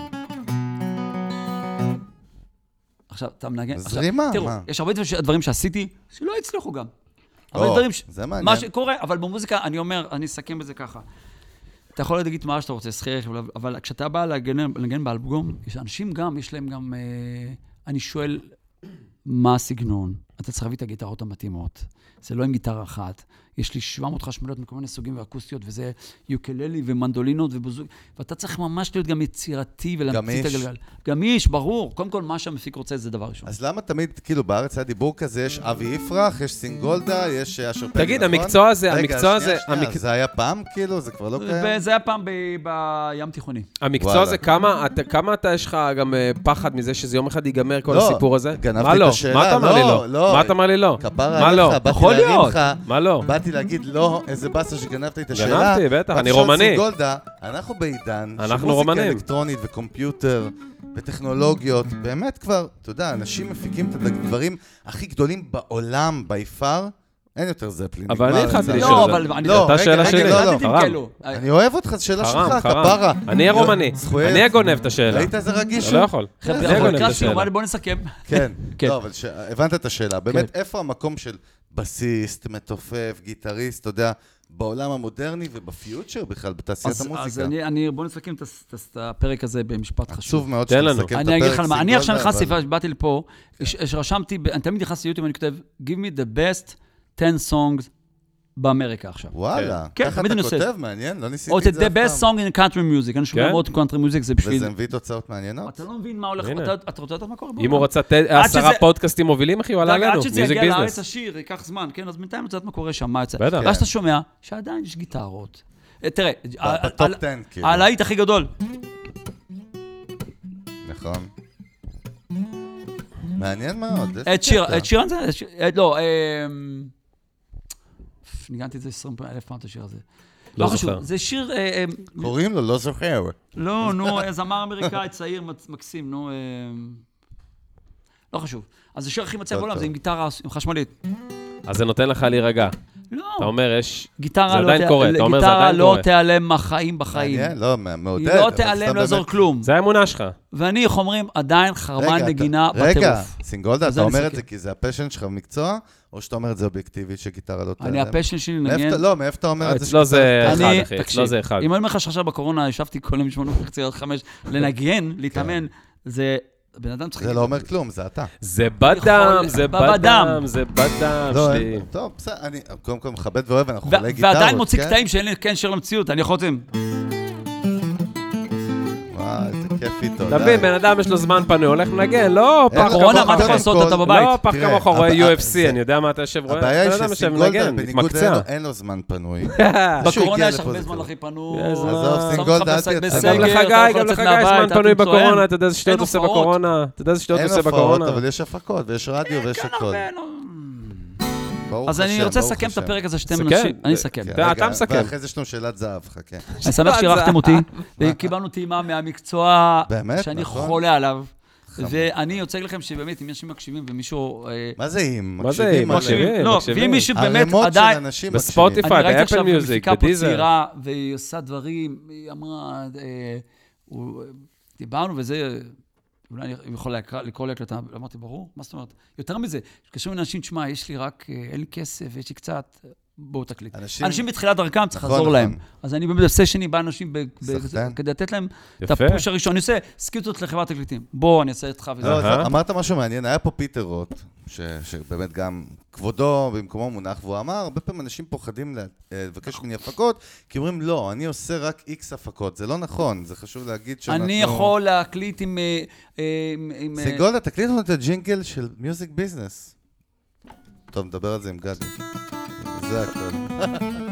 עכשיו, אתה מנגן... זרימה, תראו, יש הרבה דברים שעשיתי שלא הצליחו גם. הרבה דברים... זה מעניין. מה שקורה, אבל במוזיקה, אני אומר, אני אסכם בזה ככה. אתה יכול להגיד מה שאתה רוצה, שכיר, אבל כשאתה בא לנגן באלבום, יש אנשים גם, יש להם גם... אני שואל, מה הסגנון? אתה צריך להביא את הגיטרות המתאימות. זה לא עם גיטרה אחת. יש לי 700 חשמליות מכל מיני סוגים ואקוסטיות, וזה יוקללי ומנדולינות ובוזוג, ואתה צריך ממש להיות גם יצירתי ולהמציא את הגלגל. גמיש, ברור. קודם כל, מה שהמפיק רוצה זה דבר ראשון. אז למה תמיד, כאילו, בארץ היה דיבור כזה, יש אבי יפרח, יש סינגולדה, יש אשר פגל, תגיד, המקצוע הזה... רגע, שנייה, זה היה פעם, כאילו? זה כבר לא קיים? זה היה פעם בים תיכוני. המקצוע הזה, כמה אתה יש לך גם פחד מזה שזה יום אחד ייגמר כל הסיפור הזה? גנבתי את השאלה. מה אתה אומר לי לא? מה אתה אומר לי לא? כפרה עליך, באתי להרים לך. מה לא? באתי להגיד לא, איזה באסה שגנבת את השאלה. גנבתי, בטח, אני רומני. גולדה, אנחנו בעידן, אנחנו רומנים. אלקטרונית וקומפיוטר וטכנולוגיות, באמת כבר, אתה יודע, אנשים מפיקים את הדברים הכי גדולים בעולם, ביפר, אין יותר זפלין. אבל אני התחלתי לשאול. לא, אבל אני... לא, אותה שאלה שלי. אני אוהב אותך, שאלה שלך, כפרה. אני הרומני. אני אגונב את השאלה. ראית איזה רגיש? אתה לא יכול. אני אגונב את השאלה. בוא נסכם. כן. לא, אבל הבנת את השאלה. באמת, איפה המקום של בסיסט, מתופף, גיטריסט, אתה יודע, בעולם המודרני ובפיוטר בכלל, בתעשיית המוזיקה. אז בוא נסכם את הפרק הזה במשפט חשוב. עצוב מאוד שנסכם את הפרק. אני עכשיו נכנסתי, באתי לפה, רשמתי, אני תמיד נכנסתי ליוטיוב, אני כותב, Give me the best 10 songs באמריקה עכשיו. וואלה, ככה אתה כותב, מעניין, לא ניסיתי או את זה the best song in country music, אני שומע מאוד country music, זה בשביל... וזה מביא תוצאות מעניינות. אתה לא מבין מה הולך, אתה רוצה לדעת מה קורה? אם הוא רצה 10 פודקאסטים מובילים, אחי, הוא עלה עלינו, עד שזה יגיע לארץ השיר, ייקח זמן, כן? אז בינתיים רוצה לדעת מה קורה שם, מה יוצא. ואז אתה שומע שעדיין יש גיטרות. תראה, בטופ 10, כאילו. הלהיט הכי גדול. נכון. מעניין מאוד. את שירן זה? לא, ניגנתי את זה 20,000 פעם את השיר הזה. לא זוכר. זה שיר... קוראים לו, לא זוכר. לא, נו, זמר אמריקאי צעיר מקסים, נו... לא חשוב. אז זה שיר הכי מצא בעולם, זה עם גיטרה חשמלית. אז זה נותן לך להירגע. לא. אתה אומר, יש... זה עדיין קורה, אתה אומר, זה עדיין קורה. גיטרה לא תיעלם מהחיים בחיים. מעניין, לא, מעודד. היא לא תיעלם, לא יעזור כלום. זה האמונה שלך. ואני, איך אומרים, עדיין חרמן נגינה בטירוף. רגע, סינגולדה, אתה אומר את זה כי זה הפשן שלך במקצוע, או שאתה אומר את זה אובייקטיבית שגיטרה לא תיעלם? אני הפשן שלי לנגן. לא, מאיפה אתה אומר את זה? אצלו זה אחד, אחי, אצלו זה אחד. אם אני אומר לך שעכשיו בקורונה, ישבתי כל יום 8:30-5 לנגן, להתאמן, זה... בן אדם צריך... זה לא אומר כלום, זה אתה. זה בדם, זה בדם, זה בדם שלי. טוב, בסדר, אני קודם כל מכבד ואוהב, אנחנו חולי גיטרות, ועדיין מוציא קטעים שאין לי כן שיר למציאות, אני חותם. וואי, איזה כיף איתו. תבין, בן אדם יש לו זמן פנוי, הולך מנגן, לא פח קורונה, מה אתה יכול לעשות אותה בבית? לא פח כמוך רואה UFC, אני יודע מה אתה יושב רואה. הבעיה היא שסינגולדה, בניגוד אין לו זמן פנוי. בקורונה יש הרבה זמן הכי פנוי. עזוב, סינגולדה, גם לחגי יש זמן פנוי בקורונה, אתה יודע איזה שטויות עושה בקורונה. אין הופעות, אבל יש הפקות, ויש רדיו ויש הכל. אז אני רוצה לסכם את הפרק הזה שאתם אנשים. אני אסכם. אתה מסכם. ואחרי זה יש לנו שאלת זהב, חכה. אני שמח שאירחתם אותי, וקיבלנו טעימה מהמקצוע שאני חולה עליו. ואני יוצא לכם שבאמת, אם אנשים מקשיבים ומישהו... מה זה אם? מה זה אם? מקשיבים. לא, ואם מישהו באמת עדיין... בספוטיפיי, באפל מיוזיק, בדיזר. אני ראיתי עכשיו מפיקה פה צעירה, והיא עושה דברים, היא אמרה, דיברנו וזה... אולי אני יכול לקרוא להקלטה, אמרתי, ברור, מה זאת אומרת? יותר מזה, קשור לאנשים, תשמע, יש לי רק, אין לי כסף, יש לי קצת, בואו תקליט. אנשים בתחילת דרכם צריך לעזור להם. אז אני באמת בסשני בא אנשים כדי לתת להם את הפוש הראשון. אני עושה סקיצות לחברת תקליטים. בוא, אני אעשה איתך וזה. אמרת משהו מעניין, היה פה פיטר רוט, שבאמת גם כבודו במקומו מונח, והוא אמר, הרבה פעמים אנשים פוחדים לבקש ממני הפקות, כי אומרים, לא, אני עושה רק X הפקות. זה לא נכון, זה חשוב להגיד שאנחנו... אני יכול להקליט עם... סינגולדה, תקליט לנו את הג'ינגל של מיוזיק ביזנס. טוב, נדבר על זה עם גדי. זה הכל.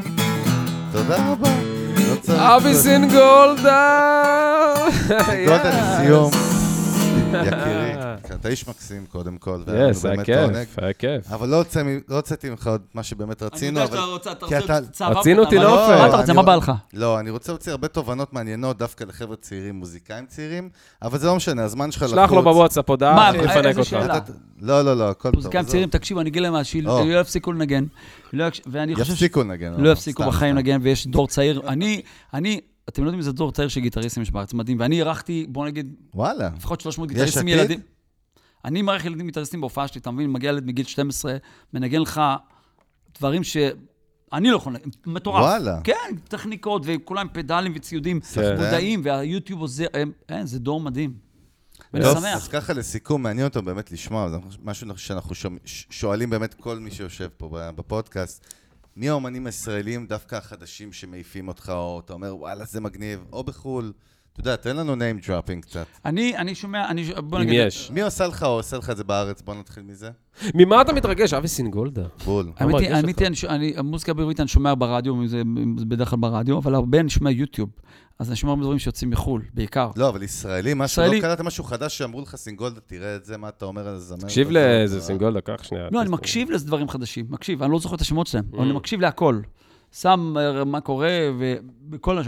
תודה רבה. אבי סינגולדה. סינגולדה לסיום. יקירי. אתה איש מקסים קודם כל. יס, היה כיף, היה כיף. אבל לא הוצאתי ממך עוד מה שבאמת רצינו. אני יודע שאתה רוצה צעבה. רצינו אותי לאופן. מה אתה רוצה? מה בא לך? לא, אני רוצה להוציא הרבה תובנות מעניינות דווקא לחבר'ה צעירים, מוזיקאים צעירים, אבל זה לא משנה, הזמן שלך לחוץ. שלח לו בוואטסאפ הודעה, יפנק אותך. לא, הכל טוב. מוזיקאים צעירים, תקשיבו, אני אגיד להם לא יפסיקו לנגן. יפסיקו לנגן. לא יפסיקו בחיים לנגן, ויש דור צעיר. אתם לא יודעים איזה דור צעיר של גיטריסטים יש בארץ, מדהים. ואני ערכתי, בוא נגיד, לפחות 300 גיטריסטים ילדים. אני מערך ילדים גיטריסטים בהופעה שלי, אתה מבין, מגיע ילד מגיל 12, מנגן לך דברים שאני לא יכול, מטורף. וואלה. כן, טכניקות, וכולם פדלים וציודים מודעים, והיוטיוב עוזר, זה דור מדהים. ואני שמח. אז ככה לסיכום, מעניין אותו באמת לשמוע, זה משהו שאנחנו שואלים באמת כל מי שיושב פה בפודקאסט, מי האומנים הישראלים דווקא החדשים שמעיפים אותך, או אתה אומר, וואלה, זה מגניב, או בחול. אתה יודע, תן לנו name dropping קצת. אני שומע, בוא נגיד... אם יש. מי עושה לך או עושה לך את זה בארץ? בוא נתחיל מזה. ממה אתה מתרגש? אבי סינגולדה. בול. האמת היא, המוזיקה בעברית אני שומע ברדיו, זה בדרך כלל ברדיו, אבל הרבה אני שומע יוטיוב. אז אני שומע הרבה דברים שיוצאים מחול, בעיקר. לא, אבל ישראלי, משהו, לא קלטת משהו חדש שאמרו לך סינגולדה, תראה את זה, מה אתה אומר על זה זמר. תקשיב לאיזה סינגולדה, קח שנייה. לא, אני מקשיב לזה דברים חדשים, מקשיב, אני לא זוכר את השמות שלהם, אבל אני מקשיב להכל. שם מה קורה ובכל הז'אנרים.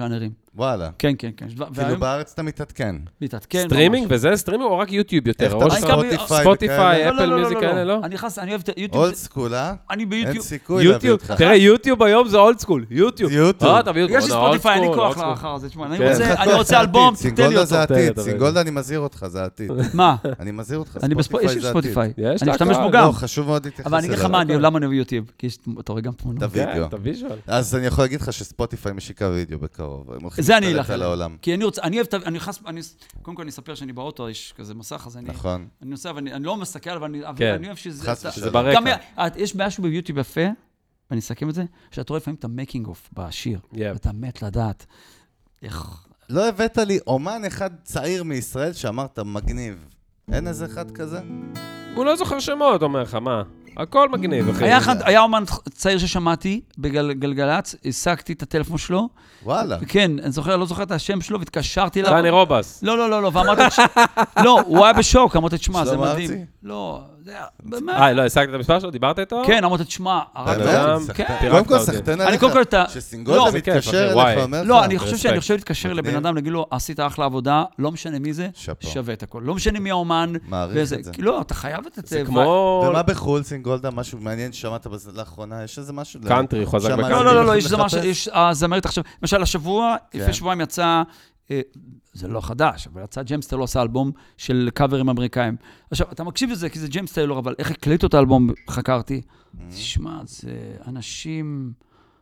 וואלה. כן. כאילו בארץ אתה מתעדכן. מתעדכן. סטרימינג וזה? סטרימינג או רק יוטיוב יותר? ספוטיפיי, אפל מיוזיק כאלה, לא? אני אוהב את יוטיוב. אולד סקול, אה? אני ביוטיוב. אין סיכוי להביא אותך. תראה, יוטיוב היום זה אולד סקול. יוטיוב. יש לי ספוטיפיי, אין לי כוח לאחר זה. תשמע, אני רוצה אלבום, תתן לי סינגולדה אותו. זה עתיד. סינגולדה, אני מזהיר אותך, זה עתיד. מה? אני מזהיר אותך, יש לי ספוטיפיי. יש אני לה משתמש הכל. בו גם. לא, חשוב מאוד להתייחס אבל אני אגיד לך מה, למה אני אוהב יוטיוב? כי אתה רואה גם תמונות. את הוידאו. את הוויז'ואל. אז אני יכול להגיד לך שספוטיפיי משיקה וידאו בקרוב. הם הולכים זה אני להשתלט אלך על העולם. כי אני אוהב, קודם כל אני אספר שאני באוטו, יש כזה מסך, אז אני נוסע, ואני לא מסתכל, אבל אני אוהב שזה... חס ושלום. זה ברקע. יש משהו ביוטיוב יפה, ואני אסכם את זה, שאתה רואה לפעמים את המקינג אוף בשיר, ואתה מת לדעת איך... לא הבאת לי אומן אחד צעיר מישראל שאמרת מגניב. אין איזה אחד כזה? הוא לא זוכר שמות, אומר לך, מה? הכל מגניב, אחי. היה אומן צעיר ששמעתי בגלגלצ, השגתי את הטלפון שלו. וואלה. כן, אני לא זוכר את השם שלו, והתקשרתי אליו. דני רובס. לא, ואמרתי, לא, הוא היה בשוק, אמרתי, תשמע, זה שלמה מדהים. ארצי? לא, זה היה, באמת. לא, השגת את המספר שלו? דיברת איתו? כן, אמרתי, תשמע, קודם כל סחטן עליך, שסינגולדה מתקשר אליך ואומר לך. לא, אני חושב להתקשר לבן אדם, להגיד לו, עשית אחלה עבודה, לא משנה מי זה, שווה את הכל. לא משנה מי האומן. מעריך את זה. לא, אתה חייב את זה. ומה בחול, סינגולדה, משהו מעניין ששמעת לאחרונה, יש איזה משהו? קאנטרי, חזק בקאנטרי. לא, יש זמרת עכשיו. למשל, השבוע, לפני שבועיים יצא, זה לא חדש, אבל יצא ג'יימס טיילור עשה אלבום של קאברים אמריקאים. עכשיו, אתה מקשיב לזה, כי זה ג'יימס טיילור, אבל איך הקליטו את האלבום, חקרתי. תשמע, זה אנשים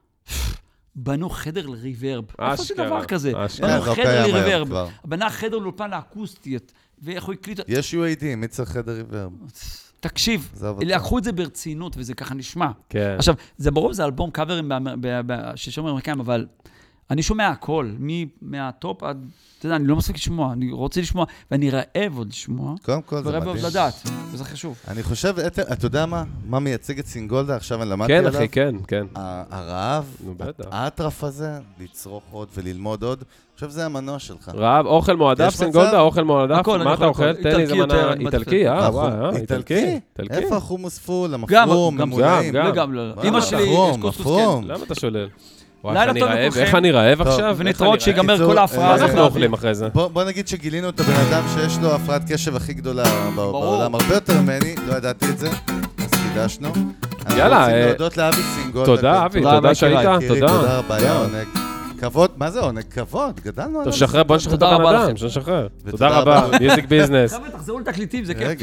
בנו חדר לריברב. איפה זה דבר כזה? בנו חדר לריברב. בנה חדר לאולפן לאקוסטיות, ואיך הוא הקליט... יש UAD, מי צריך חדר ריברב? תקשיב, לקחו את זה ברצינות, וזה ככה נשמע. כן. עכשיו, זה ברור, זה אלבום קאברים ששומעים אמריקאים, אבל אני שומע הכל, מהטופ עד, אתה יודע, אני לא מספיק לשמוע, אני רוצה לשמוע, ואני רעב עוד לשמוע. קודם כל זה מדהים. ורעב עוד לדעת, וזה חשוב. אני חושב, אתה יודע מה? מה מייצג את סינגולדה? עכשיו אני למדתי עליו. כן, אחי, כן. הרעב, האטרף הזה, לצרוך עוד וללמוד עוד. עכשיו זה המנוע שלך. רעב, אוכל מועדף, סינגולדה, אוכל מועדף. מה אתה אוכל? תן לי איזה מנה איטלקי, איטלקי? איפה החומוס פול, המפרום, ממולאים? גם לא. אמא שלי, יש קוסקוס כן. למה אתה שולל? לילה טוב לכולכם. איך אני רעב עכשיו? ונתראות שיגמר כל ההפרעה. מה אנחנו אוכלים אחרי זה? בוא נגיד שגילינו את הבן אדם שיש לו הפרעת קשב הכי גדולה בעולם, הרבה יותר ממני, לא ידעתי את זה, אז קידשנו. יאללה. אנחנו רוצים להודות לאבי סינגולדה. תודה, אבי, תודה שהיית. תודה רבה, היה עונג. כבוד, מה זה עונג? כבוד, גדלנו עליו. תשחרר, בוא נשחרר את הבן אדם, שנשחרר. תודה רבה, מיוזיק ביזנס. חבר'ה, תחזרו לתקליטים, זה כיף.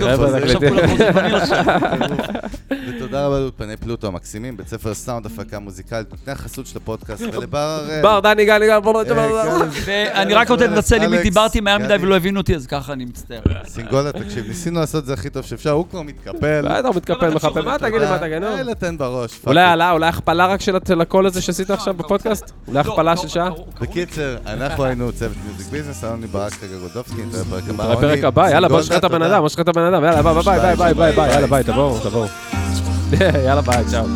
ותודה רבה לאולפני פלוטו המקסימים, בית ספר סאונד, הפקה מוזיקלית, נותני החסות של הפודקאסט, ולבר... בר, דני, גל, ואני רק רוצה לנצל, אם דיברתי מהר מדי ולא הבינו אותי, אז ככה אני מצטער. סינגולדה, תקשיב, ניסינו לעשות את זה הכי טוב שאפשר, הוא כבר מתקפל. אתה מתקפל, מחפל, מה תגיד לי, מה תגיד? תן בראש. אולי הכפלה רק של הקול הזה שעשית עכשיו בפודקאסט? אולי הכפלה של שעה? בקיצר, אנחנו היינו צוות מיוזיק ביזנס, אלוני ברק רגע גודובסקי, בפרק הבא, יאללה, בוא נשחרר את הבן אדם, יאללה, ביי, יאללה, ביי, תבואו. יאללה, ביי, צ'או.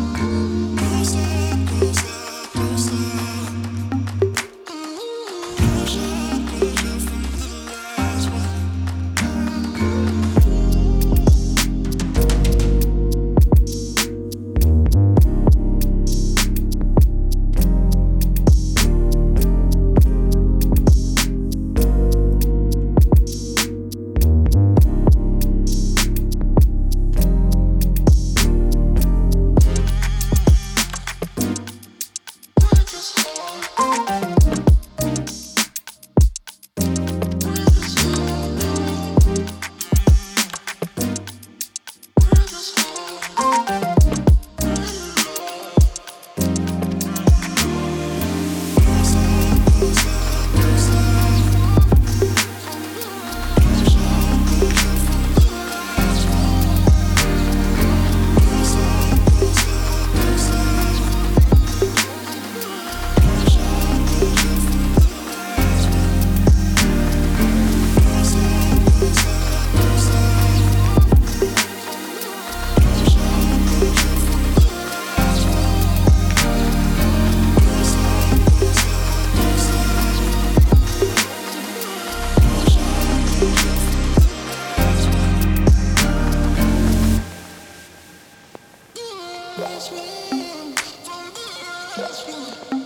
That's me.